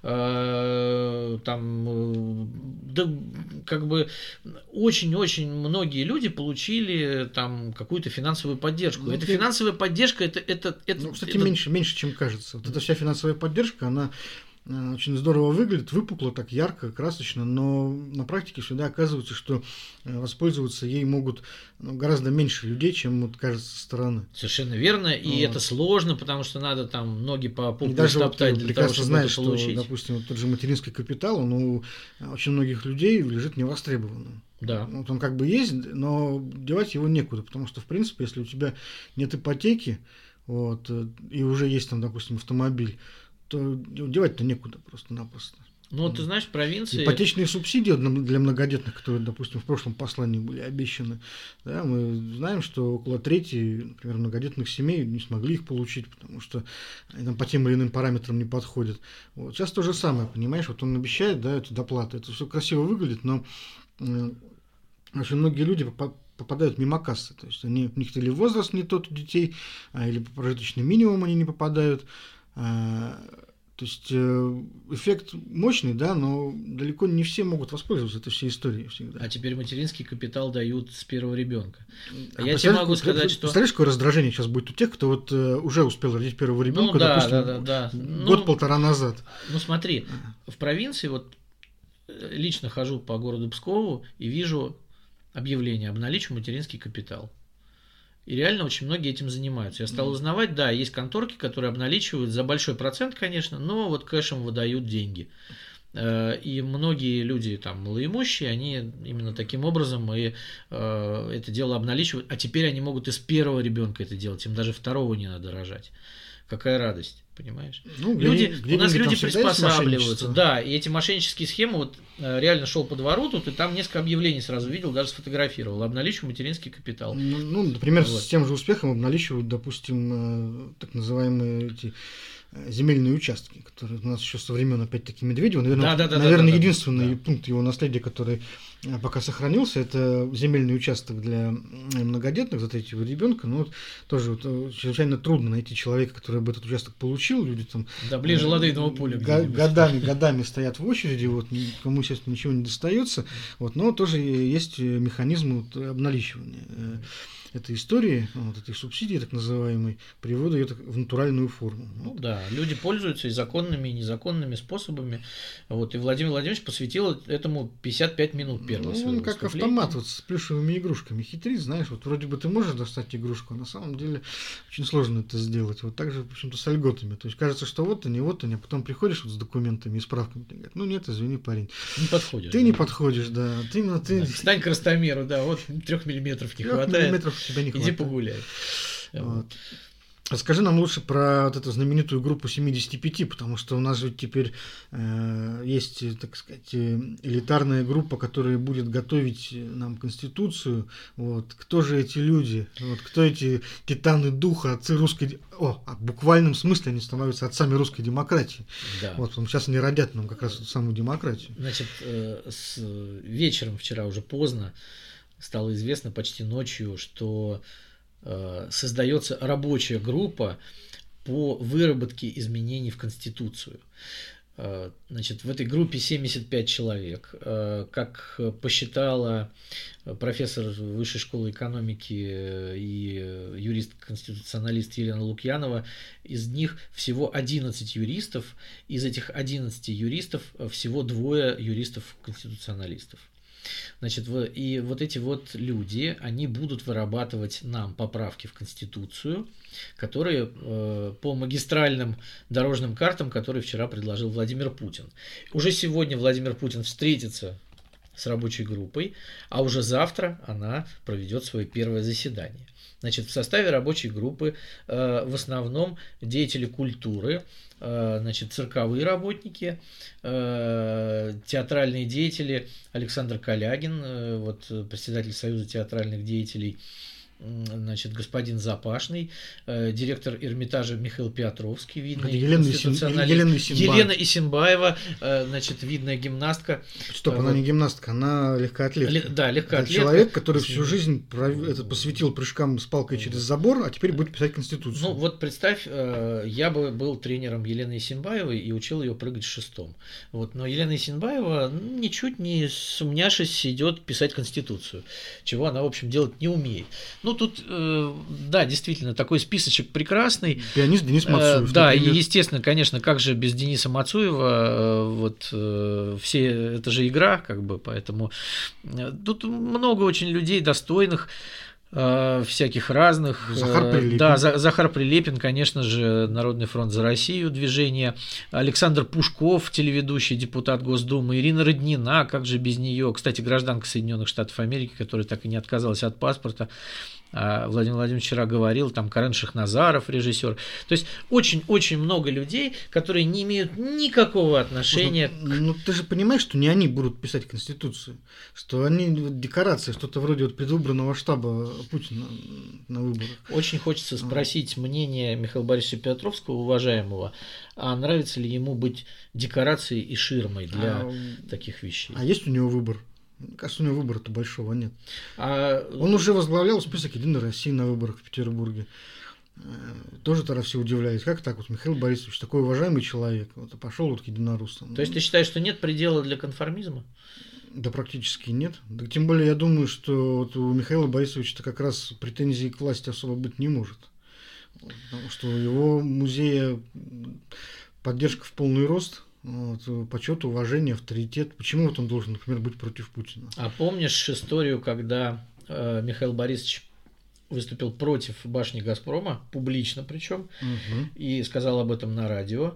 там, да, как бы очень-очень многие люди получили там какую-то финансовую поддержку. Эта финансовая поддержка, это кстати, меньше, чем кажется. Вот эта вся финансовая поддержка, она очень здорово выглядит, выпукло, так ярко, красочно, но на практике всегда оказывается, что воспользоваться ей могут гораздо меньше людей, чем вот кажется со стороны. Совершенно верно, и это сложно, потому что надо там ноги по полу стоптать для того, чтобы знаешь, это получить. Что, допустим, вот тот же материнский капитал, он у очень многих людей лежит невостребованным. Да. Вот он как бы есть, но девать его некуда, потому что, в принципе, если у тебя нет ипотеки, вот, и уже есть там, допустим, автомобиль, то девать-то некуда просто-напросто. Ну, ты знаешь, в провинции... Ипотечные субсидии для многодетных, которые, допустим, в прошлом послании были обещаны, да, мы знаем, что около трети, например, многодетных семей не смогли их получить, потому что они там по тем или иным параметрам не подходят. Вот. Сейчас то же самое, понимаешь, вот он обещает, да, эти доплаты, это все красиво выглядит, но очень многие люди попадают мимо кассы, то есть у них или возраст не тот у детей, или по прожиточный минимум они не попадают. То есть эффект мощный, да, но далеко не все могут воспользоваться этой всей историей всегда. А теперь материнский капитал дают с первого ребенка. Я тебе могу сказать, что... Представляешь, какое раздражение сейчас будет у тех, кто вот уже успел родить первого ребенка, допустим, год-полтора назад. Ну смотри, в провинции вот лично хожу по городу Пскову и вижу объявление «Обналичу материнский капитал». И реально очень многие этим занимаются. Я стал узнавать, да, есть конторки, которые обналичивают за большой процент, конечно, но вот кэшем выдают деньги. И многие люди там малоимущие, они именно таким образом и это дело обналичивают, а теперь они могут из первого ребенка это делать, им даже второго не надо рожать. Какая радость, понимаешь? Ну, у нас люди приспосабливаются, да, и эти мошеннические схемы, вот реально шел по двору тут, и там несколько объявлений сразу видел, даже сфотографировал, обналичу материнский капитал. Ну, например, вот. С тем же успехом обналичивают, допустим, так называемые эти земельные участки, которые у нас еще со времен, опять-таки, Медведева, наверное, единственный пункт его наследия, который пока сохранился, это земельный участок для многодетных за третьего ребенка. Но вот тоже вот, чрезвычайно трудно найти человека, который бы этот участок получил. Люди там ближе Ладейного поля. Годами стоят в очереди, вот, кому, естественно, ничего не достается. Вот, но тоже есть механизм вот, обналичивания этой истории, вот этой субсидии, так называемой, привода ее в натуральную форму. Ну да, люди пользуются и законными, и незаконными способами. Вот, и Владимир Владимирович посвятил этому 55 минут первого своего он как автомат вот, с плюшевыми игрушками хитрит, знаешь, вот вроде бы ты можешь достать игрушку, а на самом деле очень сложно это сделать. Вот так же, в общем-то, с льготами. То есть кажется, что вот они, а потом приходишь вот с документами и справками, и говорят, ну нет, извини, парень. Не подходишь. Ты не подходишь, да. Ты... Стань к ростомеру, да, вот 3 миллиметров не хватает. Тебя не Иди погуляй. Вот. Расскажи нам лучше про вот эту знаменитую группу 75, потому что у нас же теперь есть, так сказать, элитарная группа, которая будет готовить нам Конституцию. Вот. Кто же эти люди? Вот. Кто эти титаны духа, отцы русской... в буквальном смысле они становятся отцами русской демократии. Да. Вот, сейчас они родят нам как раз эту самую демократию. Значит, вечером вчера уже поздно стало известно, почти ночью, что создается рабочая группа по выработке изменений в Конституцию. Значит, в этой группе 75 человек. Как посчитала профессор Высшей школы экономики и юрист-конституционалист Елена Лукьянова, из них всего 11 юристов, из этих 11 юристов всего 2 юристов-конституционалистов. Значит, и вот эти вот люди, они будут вырабатывать нам поправки в Конституцию, которые по магистральным дорожным картам, которые вчера предложил Владимир Путин. Уже сегодня Владимир Путин встретится с рабочей группой, а уже завтра она проведет свое первое заседание. Значит, в составе рабочей группы в основном деятели культуры, значит, цирковые работники, театральные деятели. Александр Калягин, вот, председатель Союза театральных деятелей, значит, господин Запашный, директор Эрмитажа Михаил Петровский, видный конституционалист, Елена Исимбаева, значит, видная гимнастка. Стоп, она не гимнастка, она легкоатлетка. Да, легкоатлетка. Человек, который всю жизнь посвятил прыжкам с палкой через забор, а теперь будет писать Конституцию. Ну вот представь, я бы был тренером Елены Исимбаевой и учил ее прыгать шестом. Вот, но Елена Исимбаева, ничуть не сумняшись, идет писать Конституцию, чего она, в общем, делать не умеет. Ну, тут, да, действительно, такой списочек прекрасный. Пианист Денис Мацуев. Да, и, естественно, конечно, как же без Дениса Мацуева, вот, все, это же игра, как бы, поэтому тут много очень людей достойных, всяких разных. Захар Прилепин. Да, Захар Прилепин, конечно же, Народный фронт за Россию движение. Александр Пушков, телеведущий, депутат Госдумы. Ирина Роднина, как же без нее. Кстати, гражданка Соединенных Штатов Америки, которая так и не отказалась от паспорта. Владимир Владимирович вчера говорил, там Карен Шахназаров, режиссер. То есть очень-очень много людей, которые не имеют никакого отношения к... Ну, ты же понимаешь, что не они будут писать Конституцию, что они декорации, что-то вроде вот предвыборного штаба Путина на выборах. Очень хочется спросить мнение Михаила Борисовича Петровского, уважаемого, а нравится ли ему быть декорацией и ширмой для таких вещей? А есть у него выбор? Мне кажется, у него выбора-то большого нет. Он уже возглавлял список «Единой России» на выборах в Петербурге. Тоже тогда все удивлялись. Как так вот Михаил Борисович, такой уважаемый человек, вот, пошел вот к единороссам. То есть ты считаешь, что нет предела для конформизма? Да практически нет. Да, тем более я думаю, что вот у Михаила Борисовича как раз претензий к власти особо быть не может. Потому что у его музея поддержка в полный рост. Вот, почет, уважение, авторитет. Почему вот он должен, например, быть против Путина? А помнишь историю, когда Михаил Борисович выступил против башни «Газпрома», публично причем, и сказал об этом на радио,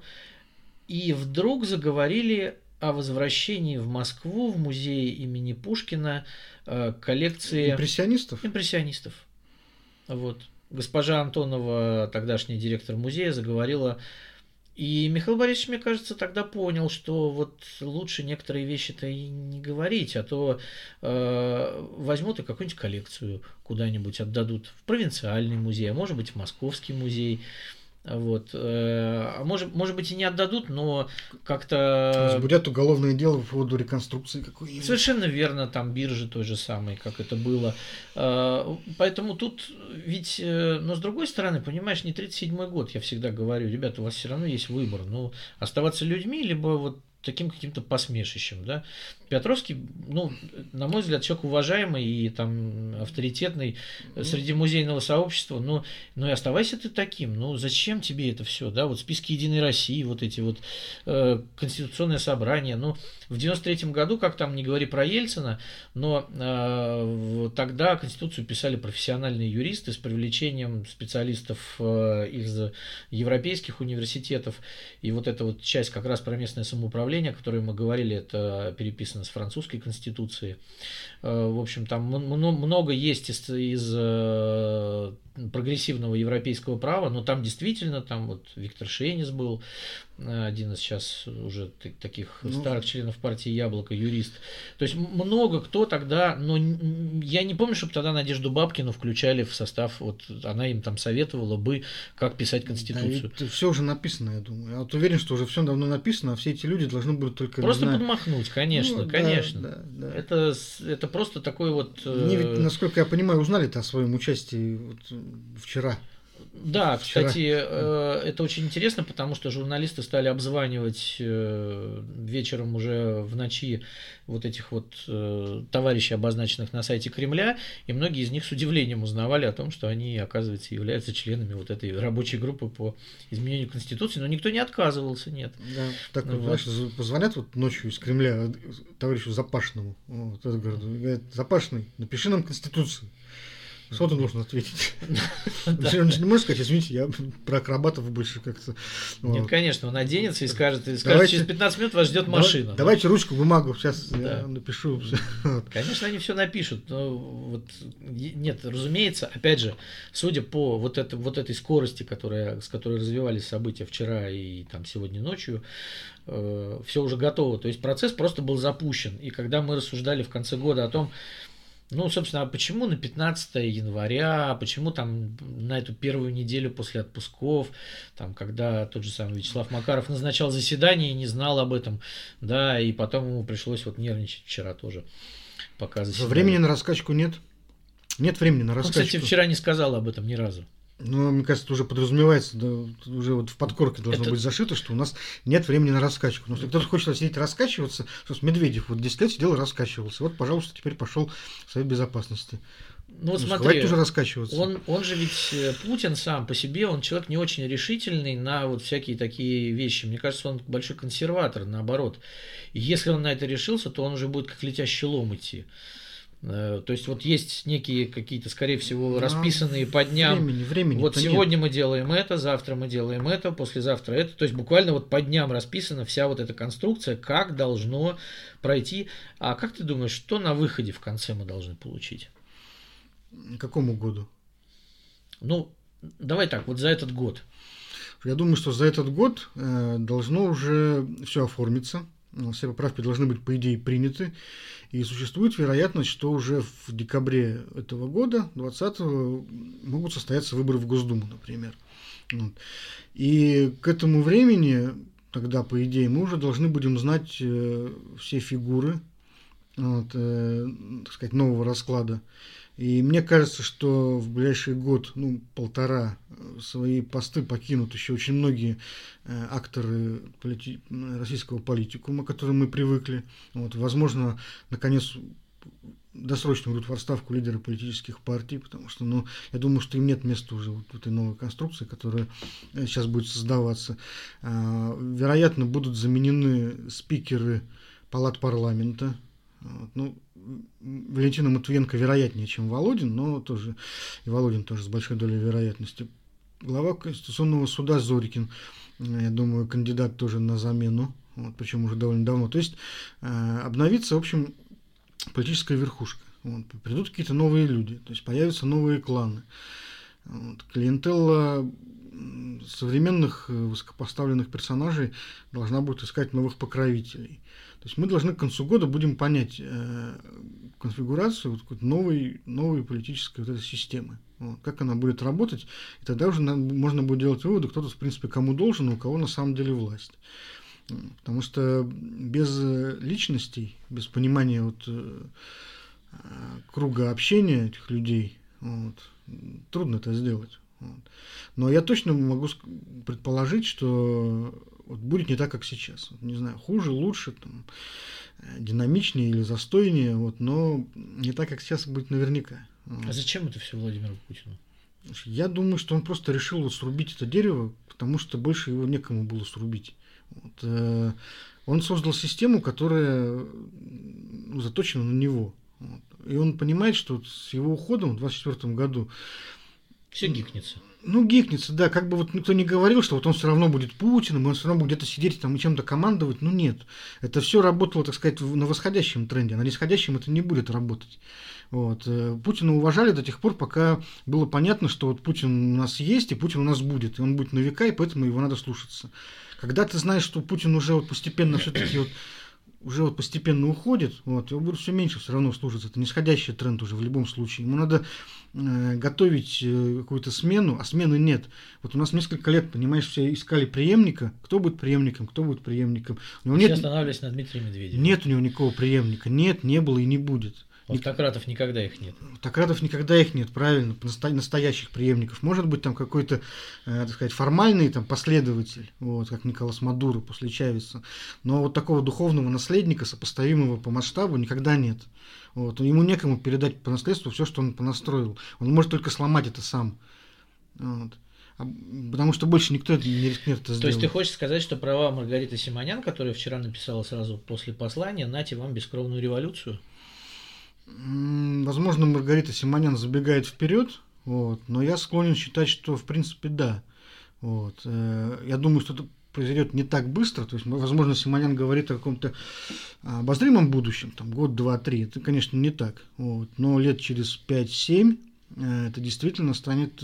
и вдруг заговорили о возвращении в Москву, в музей имени Пушкина, коллекции... Импрессионистов. Вот. Госпожа Антонова, тогдашний директор музея, заговорила. И Михаил Борисович, мне кажется, тогда понял, что вот лучше некоторые вещи-то и не говорить, а то возьмут и какую-нибудь коллекцию куда-нибудь отдадут в провинциальный музей, а может быть в московский музей. Вот. А может быть и не отдадут, но как-то... Возбудят уголовное дело по поводу реконструкции какой-нибудь. Совершенно верно, там биржи той же самой, как это было. Поэтому тут ведь, но с другой стороны, понимаешь, не 37-й год, я всегда говорю, ребята, у вас все равно есть выбор, ну, оставаться людьми, либо вот таким каким-то посмешищем, да. Петровский, ну, на мой взгляд, человек уважаемый и там авторитетный среди музейного сообщества, но и оставайся ты таким, ну, зачем тебе это все, да, вот списки Единой России, вот эти вот конституционное собрание, ну, в 93-м году, как там, не говори про Ельцина, но тогда Конституцию писали профессиональные юристы с привлечением специалистов из европейских университетов, и вот эта вот часть как раз про местное самоуправление, о которой мы говорили, это переписано с французской конституции. В общем, там много есть из прогрессивного европейского права, но там действительно, там вот Виктор Шейнис был, один из сейчас уже таких старых членов партии «Яблоко», юрист. То есть много кто тогда, но я не помню, чтобы тогда Надежду Бабкину включали в состав, вот она им там советовала бы, как писать Конституцию. Да, все уже написано, я думаю. Я вот уверен, что уже все давно написано, а все эти люди должны будут только... Просто подмахнуть, конечно, конечно. Да. Это просто такой вот... Они ведь, насколько я понимаю, узнали-то о своем участии вот вчера. Да, кстати, это очень интересно, потому что журналисты стали обзванивать вечером уже в ночи вот этих вот товарищей, обозначенных на сайте Кремля, и многие из них с удивлением узнавали о том, что они, оказывается, являются членами вот этой рабочей группы по изменению Конституции, но никто не отказывался, нет. Да, так вот, знаешь, позвонят вот ночью из Кремля товарищу Запашному, вот, говорят, Запашный, напиши нам Конституцию. Что ты должен ответить? Он не может сказать, извините, я про акробатов больше как-то... Нет, конечно, он оденется и скажет, через 15 минут вас ждет машина. Давайте ручку, бумагу, сейчас я напишу. Конечно, они все напишут, но вот нет, разумеется, опять же, судя по вот этой скорости, с которой развивались события вчера и там сегодня ночью, все уже готово. То есть процесс просто был запущен. И когда мы рассуждали в конце года о том, ну, собственно, а почему на 15 января, почему там на эту первую неделю после отпусков, там, когда тот же самый Вячеслав Макаров назначал заседание и не знал об этом, да, и потом ему пришлось вот нервничать вчера тоже, пока заседание. Времени на раскачку нет? Нет времени на раскачку. Он, кстати, вчера не сказал об этом ни разу. Ну, мне кажется, это уже подразумевается, да, уже вот в подкорке должно быть зашито, что у нас нет времени на раскачку. Но если кто-то хочет сидеть раскачиваться, что Медведев вот 10 лет сидел и раскачивался. Вот, пожалуйста, теперь пошел в Совет Безопасности. Ну, смотри, хватит уже раскачиваться. Он же ведь, Путин сам по себе, он человек не очень решительный на вот всякие такие вещи. Мне кажется, он большой консерватор, наоборот. И если он на это решился, то он уже будет как летящий лом идти. То есть вот есть некие какие-то, скорее всего, расписанные по дням. Времени вот сегодня мы делаем это, завтра мы делаем это, послезавтра это. То есть буквально вот по дням расписана вся вот эта конструкция, как должно пройти. А как ты думаешь, что на выходе в конце мы должны получить? К какому году? Ну, давай так, вот за этот год. Я думаю, что за этот год должно уже все оформиться. Все поправки должны быть, по идее, приняты. И существует вероятность, что уже в декабре этого года, 20-го, могут состояться выборы в Госдуму, например. Вот. И к этому времени, тогда, по идее, мы уже должны будем знать все фигуры, вот, так сказать, нового расклада. И мне кажется, что в ближайший год, полтора, свои посты покинут еще очень многие акторы российского политикума, к которым мы привыкли. Вот, возможно, наконец, досрочно уйдут в отставку лидеры политических партий, потому что, я думаю, что им нет места уже вот в этой новой конструкции, которая сейчас будет создаваться. Вероятно, будут заменены спикеры палат парламента. Вот, Валентина Матвиенко вероятнее, чем Володин, но тоже и Володин тоже с большой долей вероятности. Глава Конституционного суда Зорькин, я думаю, кандидат тоже на замену, вот, причем уже довольно давно. То есть обновится, в общем, политическая верхушка. Вот, придут какие-то новые люди, то есть появятся новые кланы. Вот, клиентелла современных высокопоставленных персонажей должна будет искать новых покровителей. То есть мы должны к концу года будем понять конфигурацию вот новой политической вот этой системы. Вот, как она будет работать, и тогда уже можно будет делать выводы, кто-то, в принципе, кому должен, а у кого на самом деле власть. Потому что без личностей, без понимания вот, круга общения этих людей, вот, трудно это сделать. Вот. Но я точно могу предположить, что вот будет не так, как сейчас. Вот, не знаю, хуже, лучше, там, динамичнее или застойнее, вот, но не так, как сейчас будет наверняка. А зачем это все Владимиру Путину? Я думаю, что он просто решил вот срубить это дерево, потому что больше его некому было срубить. Вот. Он создал систему, которая заточена на него. Вот. И он понимает, что с его уходом в 2024 году все гикнется. Ну, гикнется, да, как бы вот никто не говорил, что вот он все равно будет Путиным, он все равно будет где-то сидеть там и чем-то командовать. Ну, нет. Это все работало, так сказать, на восходящем тренде, а на нисходящем это не будет работать. Вот. Путина уважали до тех пор, пока было понятно, что вот Путин у нас есть, и Путин у нас будет, и он будет на века, и поэтому его надо слушаться. Когда ты знаешь, что Путин уже вот постепенно все-таки вот уже вот постепенно уходит, вот, его будет все меньше все равно слушаться. Это нисходящий тренд уже в любом случае. Ему надо готовить какую-то смену, а смены нет. Вот у нас несколько лет, понимаешь, все искали преемника. Кто будет преемником, кто будет преемником. У него Все нет, останавливались на Дмитрии Медведеве. нет у него никакого преемника. Нет, не было и не будет. У автократов никогда их нет. Автократов никогда их нет, правильно, настоящих преемников. Может быть, там какой-то, так сказать, формальный там, последователь, вот, как Николас Мадуро после Чавеса. Но вот такого духовного наследника, сопоставимого по масштабу, никогда нет. Вот. Ему некому передать по наследству все, что он понастроил. Он может только сломать это сам. Вот. Потому что больше никто не рискнет это сделать. То есть ты хочешь сказать, что права Маргариты Симонян, которая вчера написала сразу после послания: «Нате вам бескровную революцию»? Возможно, Маргарита Симонян забегает вперед, вот, но я склонен считать, что в принципе да. Вот. Я думаю, что это произойдет не так быстро. То есть, возможно, Симонян говорит о каком-то обозримом будущем, там, год, два, три. Это, конечно, не так. Вот. Но лет через 5-7 это действительно станет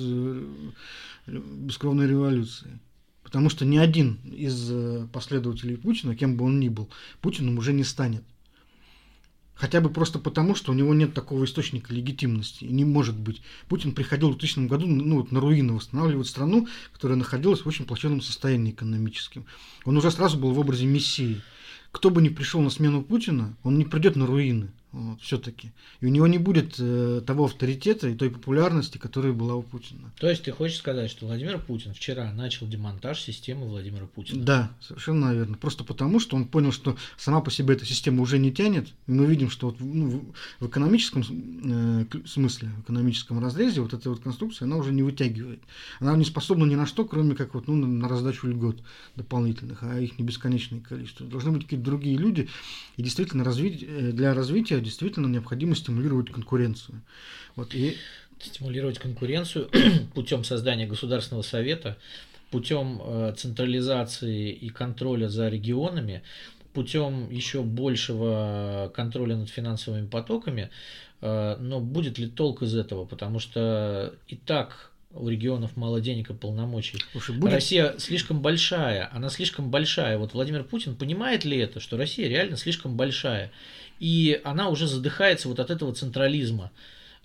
бескровной революцией. Потому что ни один из последователей Путина, кем бы он ни был, Путиным уже не станет. Хотя бы просто потому, что у него нет такого источника легитимности. И не может быть. Путин приходил в 2000 году на руины восстанавливать страну, которая находилась в очень плачевном состоянии экономическом. Он уже сразу был в образе мессии. Кто бы ни пришел на смену Путина, он не придет на руины. Вот, все-таки. И у него не будет того авторитета и той популярности, которая была у Путина. То есть ты хочешь сказать, что Владимир Путин вчера начал демонтаж системы Владимира Путина? Да, совершенно верно. Просто потому, что он понял, что сама по себе эта система уже не тянет. И мы видим, что вот, в экономическом смысле, в экономическом разрезе вот эта вот конструкция, она уже не вытягивает. Она не способна ни на что, кроме как вот, на раздачу льгот дополнительных, а их не бесконечное количество. Должны быть какие-то другие люди. И действительно для развития действительно необходимо стимулировать конкуренцию. Вот, стимулировать конкуренцию путем создания Государственного совета, путем централизации и контроля за регионами, путем еще большего контроля над финансовыми потоками. Но будет ли толк из этого? Потому что и так у регионов мало денег и полномочий. Россия слишком большая, она слишком большая. Вот Владимир Путин понимает ли это, что Россия реально слишком большая? И она уже задыхается вот от этого централизма.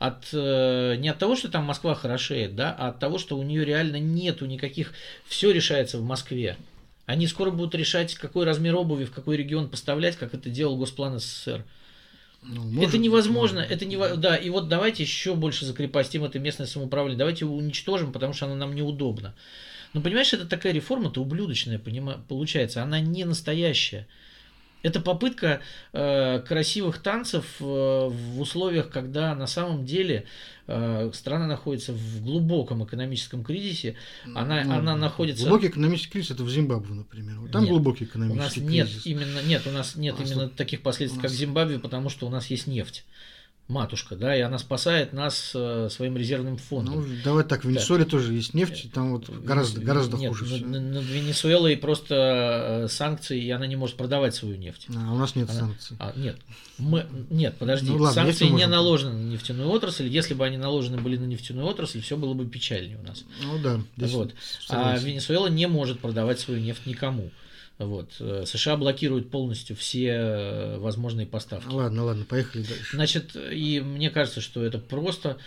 Не от того, что там Москва хорошеет, да, а от того, что у нее реально нету никаких... Все решается в Москве. Они скоро будут решать, какой размер обуви в какой регион поставлять, как это делал Госплан СССР. Это невозможно. Да, и вот давайте еще больше закрепостим это местное самоуправление. Давайте его уничтожим, потому что оно нам неудобно. Но понимаешь, это такая реформа-то ублюдочная, получается. Она не настоящая. Это попытка красивых танцев в условиях, когда на самом деле страна находится в глубоком экономическом кризисе. Она находится... Глубокий экономический кризис — это в Зимбабве, например. Вот там нет, глубокий экономический кризис. У нас нет именно таких последствий, как в Зимбабве, потому что у нас есть нефть. Матушка, да, и она спасает нас своим резервным фондом. Давай так, в Венесуэле тоже есть нефть, там вот гораздо хуже все. Над Венесуэлой просто санкции, и она не может продавать свою нефть. А у нас нет санкций. Нет, подожди, санкции не наложены на нефтяную отрасль. Если бы они наложены были на нефтяную отрасль, все было бы печальнее у нас. Ну да. Вот. А Венесуэла не может продавать свою нефть никому. Вот. США блокируют полностью все возможные поставки. Ладно, поехали дальше. Значит, и мне кажется, что это просто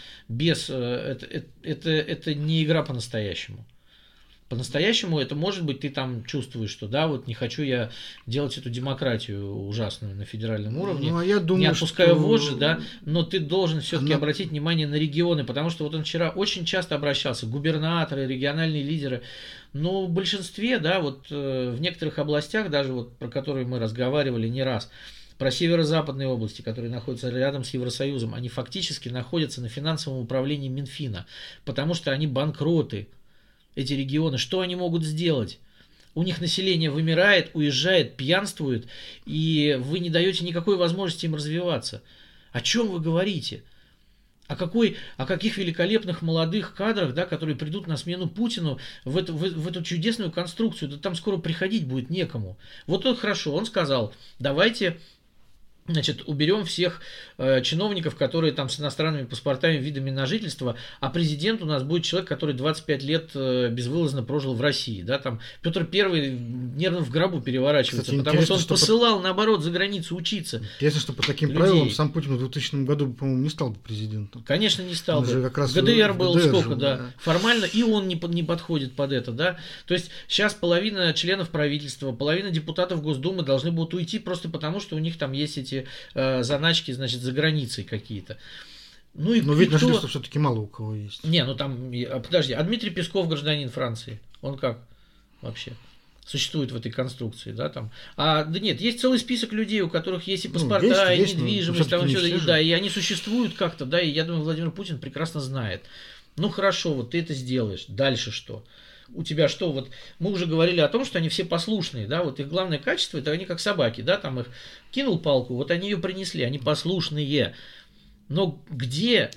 это не игра по-настоящему. По-настоящему это может быть, ты там чувствуешь, что да, вот не хочу я делать эту демократию ужасную на федеральном уровне, я думаю, не отпускаю вожжи, да, но ты должен все-таки обратить внимание на регионы, потому что вот он вчера очень часто обращался, губернаторы, региональные лидеры, но в большинстве, да, вот в некоторых областях, даже вот про которые мы разговаривали не раз, про северо-западные области, которые находятся рядом с Евросоюзом, они фактически находятся на финансовом управлении Минфина, потому что они банкроты. Эти регионы, что они могут сделать? У них население вымирает, уезжает, пьянствует, и вы не даете никакой возможности им развиваться. О чем вы говорите? О каких великолепных молодых кадрах, да, которые придут на смену Путину в эту чудесную конструкцию. Да там скоро приходить будет некому. Вот тут хорошо, он сказал, давайте, значит, уберем всех чиновников, которые там с иностранными паспортами, видами на жительство, а президент у нас будет человек, который 25 лет безвылазно прожил в России. Да, там Петр I нервно в гробу переворачивается, Кстати, потому что он посылал, наоборот, за границу учиться. Интересно, что по таким людей. правилам сам Путин в 2000 году, по-моему, не стал бы президентом. Конечно, не стал бы. Как раз ГДР был ГДР сколько, жил, да. Формально и он не подходит под это, да. То есть сейчас половина членов правительства, половина депутатов Госдумы должны будут уйти просто потому, что у них там есть эти заначки, значит, за границей какие-то. Ну, и но ведь нашли, что все-таки мало у кого есть. Не, ну там, подожди, а Дмитрий Песков гражданин Франции, он как вообще существует в этой конструкции, да, там. Да нет, есть целый список людей, у которых есть и паспорта, и недвижимость, там, и все, и, да, и они существуют как-то, да, и я думаю, Владимир Путин прекрасно знает. Ну хорошо, вот ты это сделаешь, дальше что? У тебя что, вот мы уже говорили о том, что они все послушные, да, вот их главное качество, это они как собаки, да, там их кинул палку, вот они ее принесли, они послушные. Но где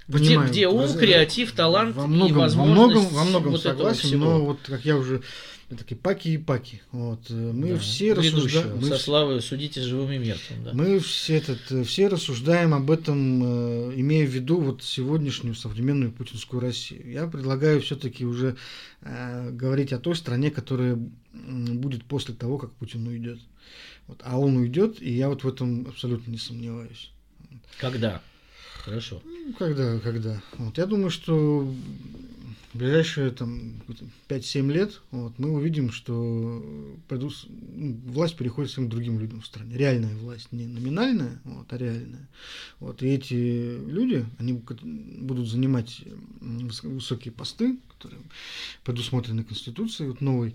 ум, креатив, талант и возможность во многом согласен, но вот как я уже такие паки и паки. Вот. Мы все рассуждаем. Со славой судите живым и мертвым. Да. Мы все рассуждаем об этом, имея в виду вот сегодняшнюю современную путинскую Россию. Я предлагаю все-таки уже говорить о той стране, которая будет после того, как Путин уйдет. Вот. А он уйдет, и я вот в этом абсолютно не сомневаюсь. Когда? Хорошо. Когда? Вот. Я думаю, что в ближайшие 5-7 лет мы увидим, что власть переходит к своим другим людям в стране. Реальная власть, не номинальная, а реальная. Вот. И эти люди, они будут занимать высокие посты, которые предусмотрены Конституцией новой.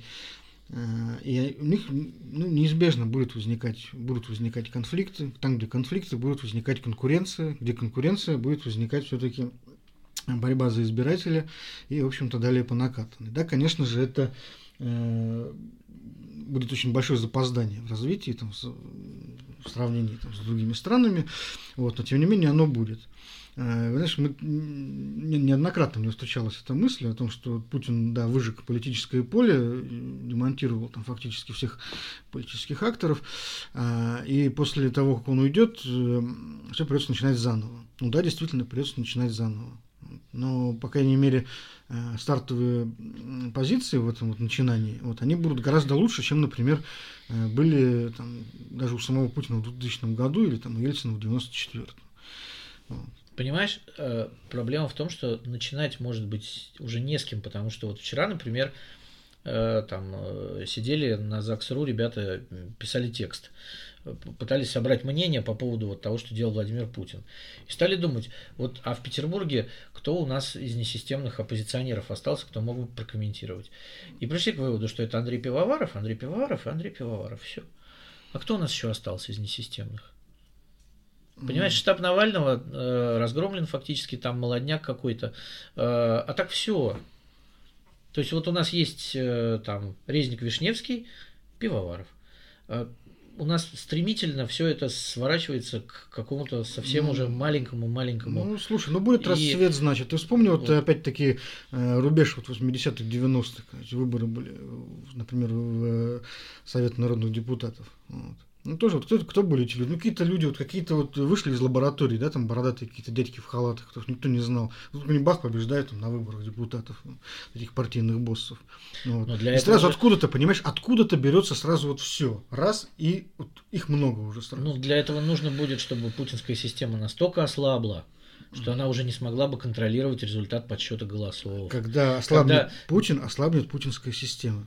И у них неизбежно будут возникать конфликты. Там, где конфликты, будет возникать конкуренция. Где конкуренция, будет возникать все-таки борьба за избирателя и, в общем-то, далее по накатанной. Да, конечно же, это будет очень большое запоздание в развитии, в сравнении с другими странами, но тем не менее оно будет. Знаешь, неоднократно мне встречалась эта мысль о том, что Путин, выжег политическое поле, демонтировал фактически всех политических акторов, и после того, как он уйдет, все придется начинать заново. Действительно, придется начинать заново. Но, по крайней мере, стартовые позиции в этом начинании, они будут гораздо лучше, чем, например, были даже у самого Путина в 2000 году или у Ельцина в 1994. Понимаешь, проблема в том, что начинать, может быть, уже не с кем, потому что вчера, например, сидели на ЗАГС.ру ребята, писали текст, пытались собрать мнение по поводу того, что делал Владимир Путин. И стали думать, а в Петербурге кто у нас из несистемных оппозиционеров остался, кто мог бы прокомментировать. И пришли к выводу, что это Андрей Пивоваров, все. А кто у нас еще остался из несистемных? Понимаешь, штаб Навального разгромлен фактически, там молодняк какой-то, а так все. То есть у нас есть Резник, Вишневский, Пивоваров. У нас стремительно все это сворачивается к какому-то совсем уже маленькому. Слушай, будет расцвет, значит. Ты вспомнил, опять-таки, рубеж 80-х, 90-х, выборы были, например, в Совет народных депутатов. Тоже кто были эти люди? Какие-то люди, какие-то вышли из лаборатории, бородатые какие-то дядьки в халатах, которых никто не знал. Они побеждают на выборах депутатов, этих партийных боссов. И сразу откуда-то, понимаешь, откуда-то берется сразу все. Раз, и их много уже сразу. Для этого нужно будет, чтобы путинская система настолько ослабла, что она уже не смогла бы контролировать результат подсчета голосов. Когда ослабнет Путин, ослабнет путинская система.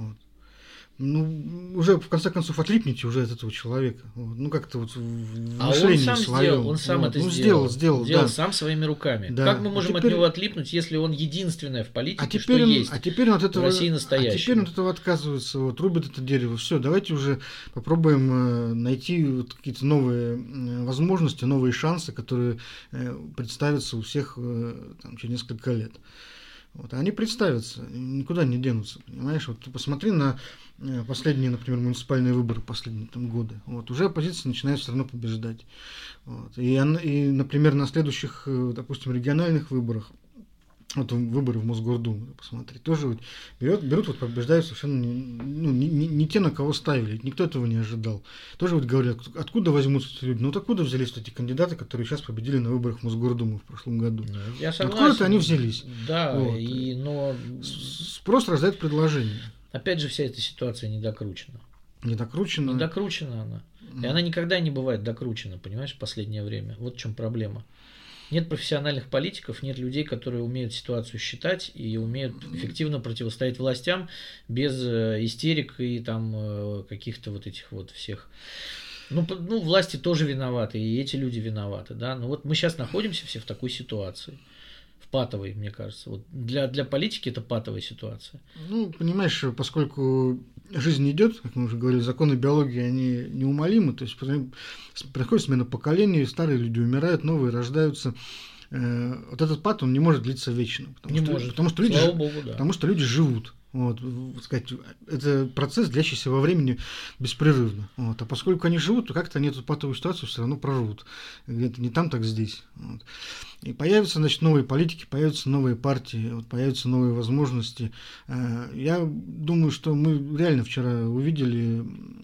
Уже, в конце концов, отлипните уже от этого человека. Как-то в мышлении своем. Он сам это сделал. Сделал сам своими руками. Да. Как мы можем от него отлипнуть, если он единственное в политике, что есть в России настоящего? А теперь он от этого отказывается, рубит это дерево. Все, давайте уже попробуем найти какие-то новые возможности, новые шансы, которые представятся у всех через несколько лет. Вот, они представятся, никуда не денутся, понимаешь? Вот ты посмотри на последние, например, муниципальные выборы последние там, годы. Вот, уже оппозиция начинает все равно побеждать. Вот, и, например, на следующих, допустим, региональных выборах, вот выборы в Мосгордуму, посмотри, тоже вот берут вот побеждают совершенно не те, на кого ставили, никто этого не ожидал. Тоже вот говорят, откуда возьмутся эти люди? Ну, вот откуда взялись вот эти кандидаты, которые сейчас победили на выборах в Мосгордуму в прошлом году? Я согласен. Откуда-то они взялись. Да, вот. но... Спрос рождает предложение. Опять же, вся эта ситуация не докручена. Не докручена? Не докручена она. И она никогда не бывает докручена, понимаешь, в последнее время. Вот в чем проблема. Нет профессиональных политиков, нет людей, которые умеют ситуацию считать и умеют эффективно противостоять властям без истерик и там каких-то вот этих вот всех. Ну, власти тоже виноваты, и эти люди виноваты, да. Но вот мы сейчас находимся все в такой ситуации. В патовой, мне кажется. Вот для политики это патовая ситуация. Ну, понимаешь, поскольку жизнь идет, как мы уже говорили, законы биологии, они неумолимы, то есть происходит смена поколений, старые люди умирают, новые рождаются. Вот этот пат, он не может длиться вечно. Потому что люди живут. Вот, сказать, это процесс, длящийся во времени беспрерывно. Вот. А поскольку они живут, то как-то они эту патовую ситуацию все равно проживут. Где-то не там, так здесь. Вот. И появятся, значит, новые политики, появятся новые партии, вот, появятся новые возможности. Я думаю, что мы реально вчера увидели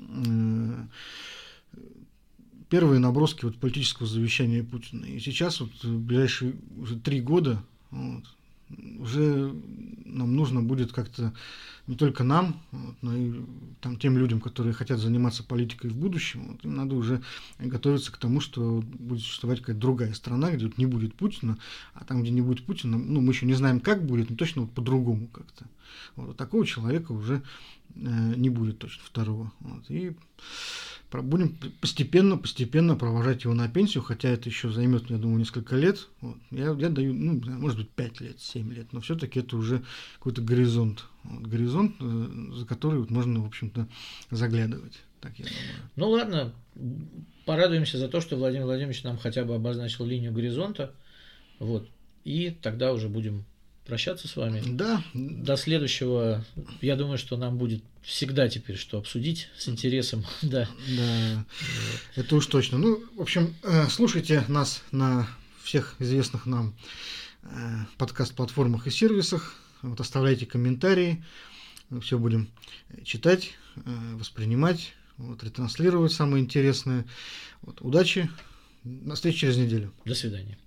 первые наброски вот политического завещания Путина. И сейчас, вот, в ближайшие уже 3 года, вот, уже нам нужно будет как-то не только нам, вот, но и там, тем людям, которые хотят заниматься политикой в будущем, вот, им надо уже готовиться к тому, что будет существовать какая-то другая страна, где вот не будет Путина, а там, где не будет Путина, ну, мы еще не знаем, как будет, но точно вот по-другому как-то. Вот, такого человека уже не будет точно второго. Вот, и будем постепенно провожать его на пенсию, хотя это еще займет, я думаю, несколько лет. Вот. Я даю, ну, может быть, 5 лет, 7 лет, но все-таки это уже какой-то горизонт. Вот, горизонт, за который вот можно, в общем-то, заглядывать. Так я думаю. Ну ладно, порадуемся за то, что Владимир Владимирович нам хотя бы обозначил линию горизонта. Вот. И тогда уже будем прощаться с вами. Да. До следующего. Я думаю, что нам будет всегда теперь что обсудить с интересом. Да. Да. Это уж точно. Ну, в общем, слушайте нас на всех известных нам подкаст-платформах и сервисах. Вот, оставляйте комментарии. Все будем читать, воспринимать, вот, ретранслировать самое интересное. Вот, удачи. До встречи через неделю. До свидания.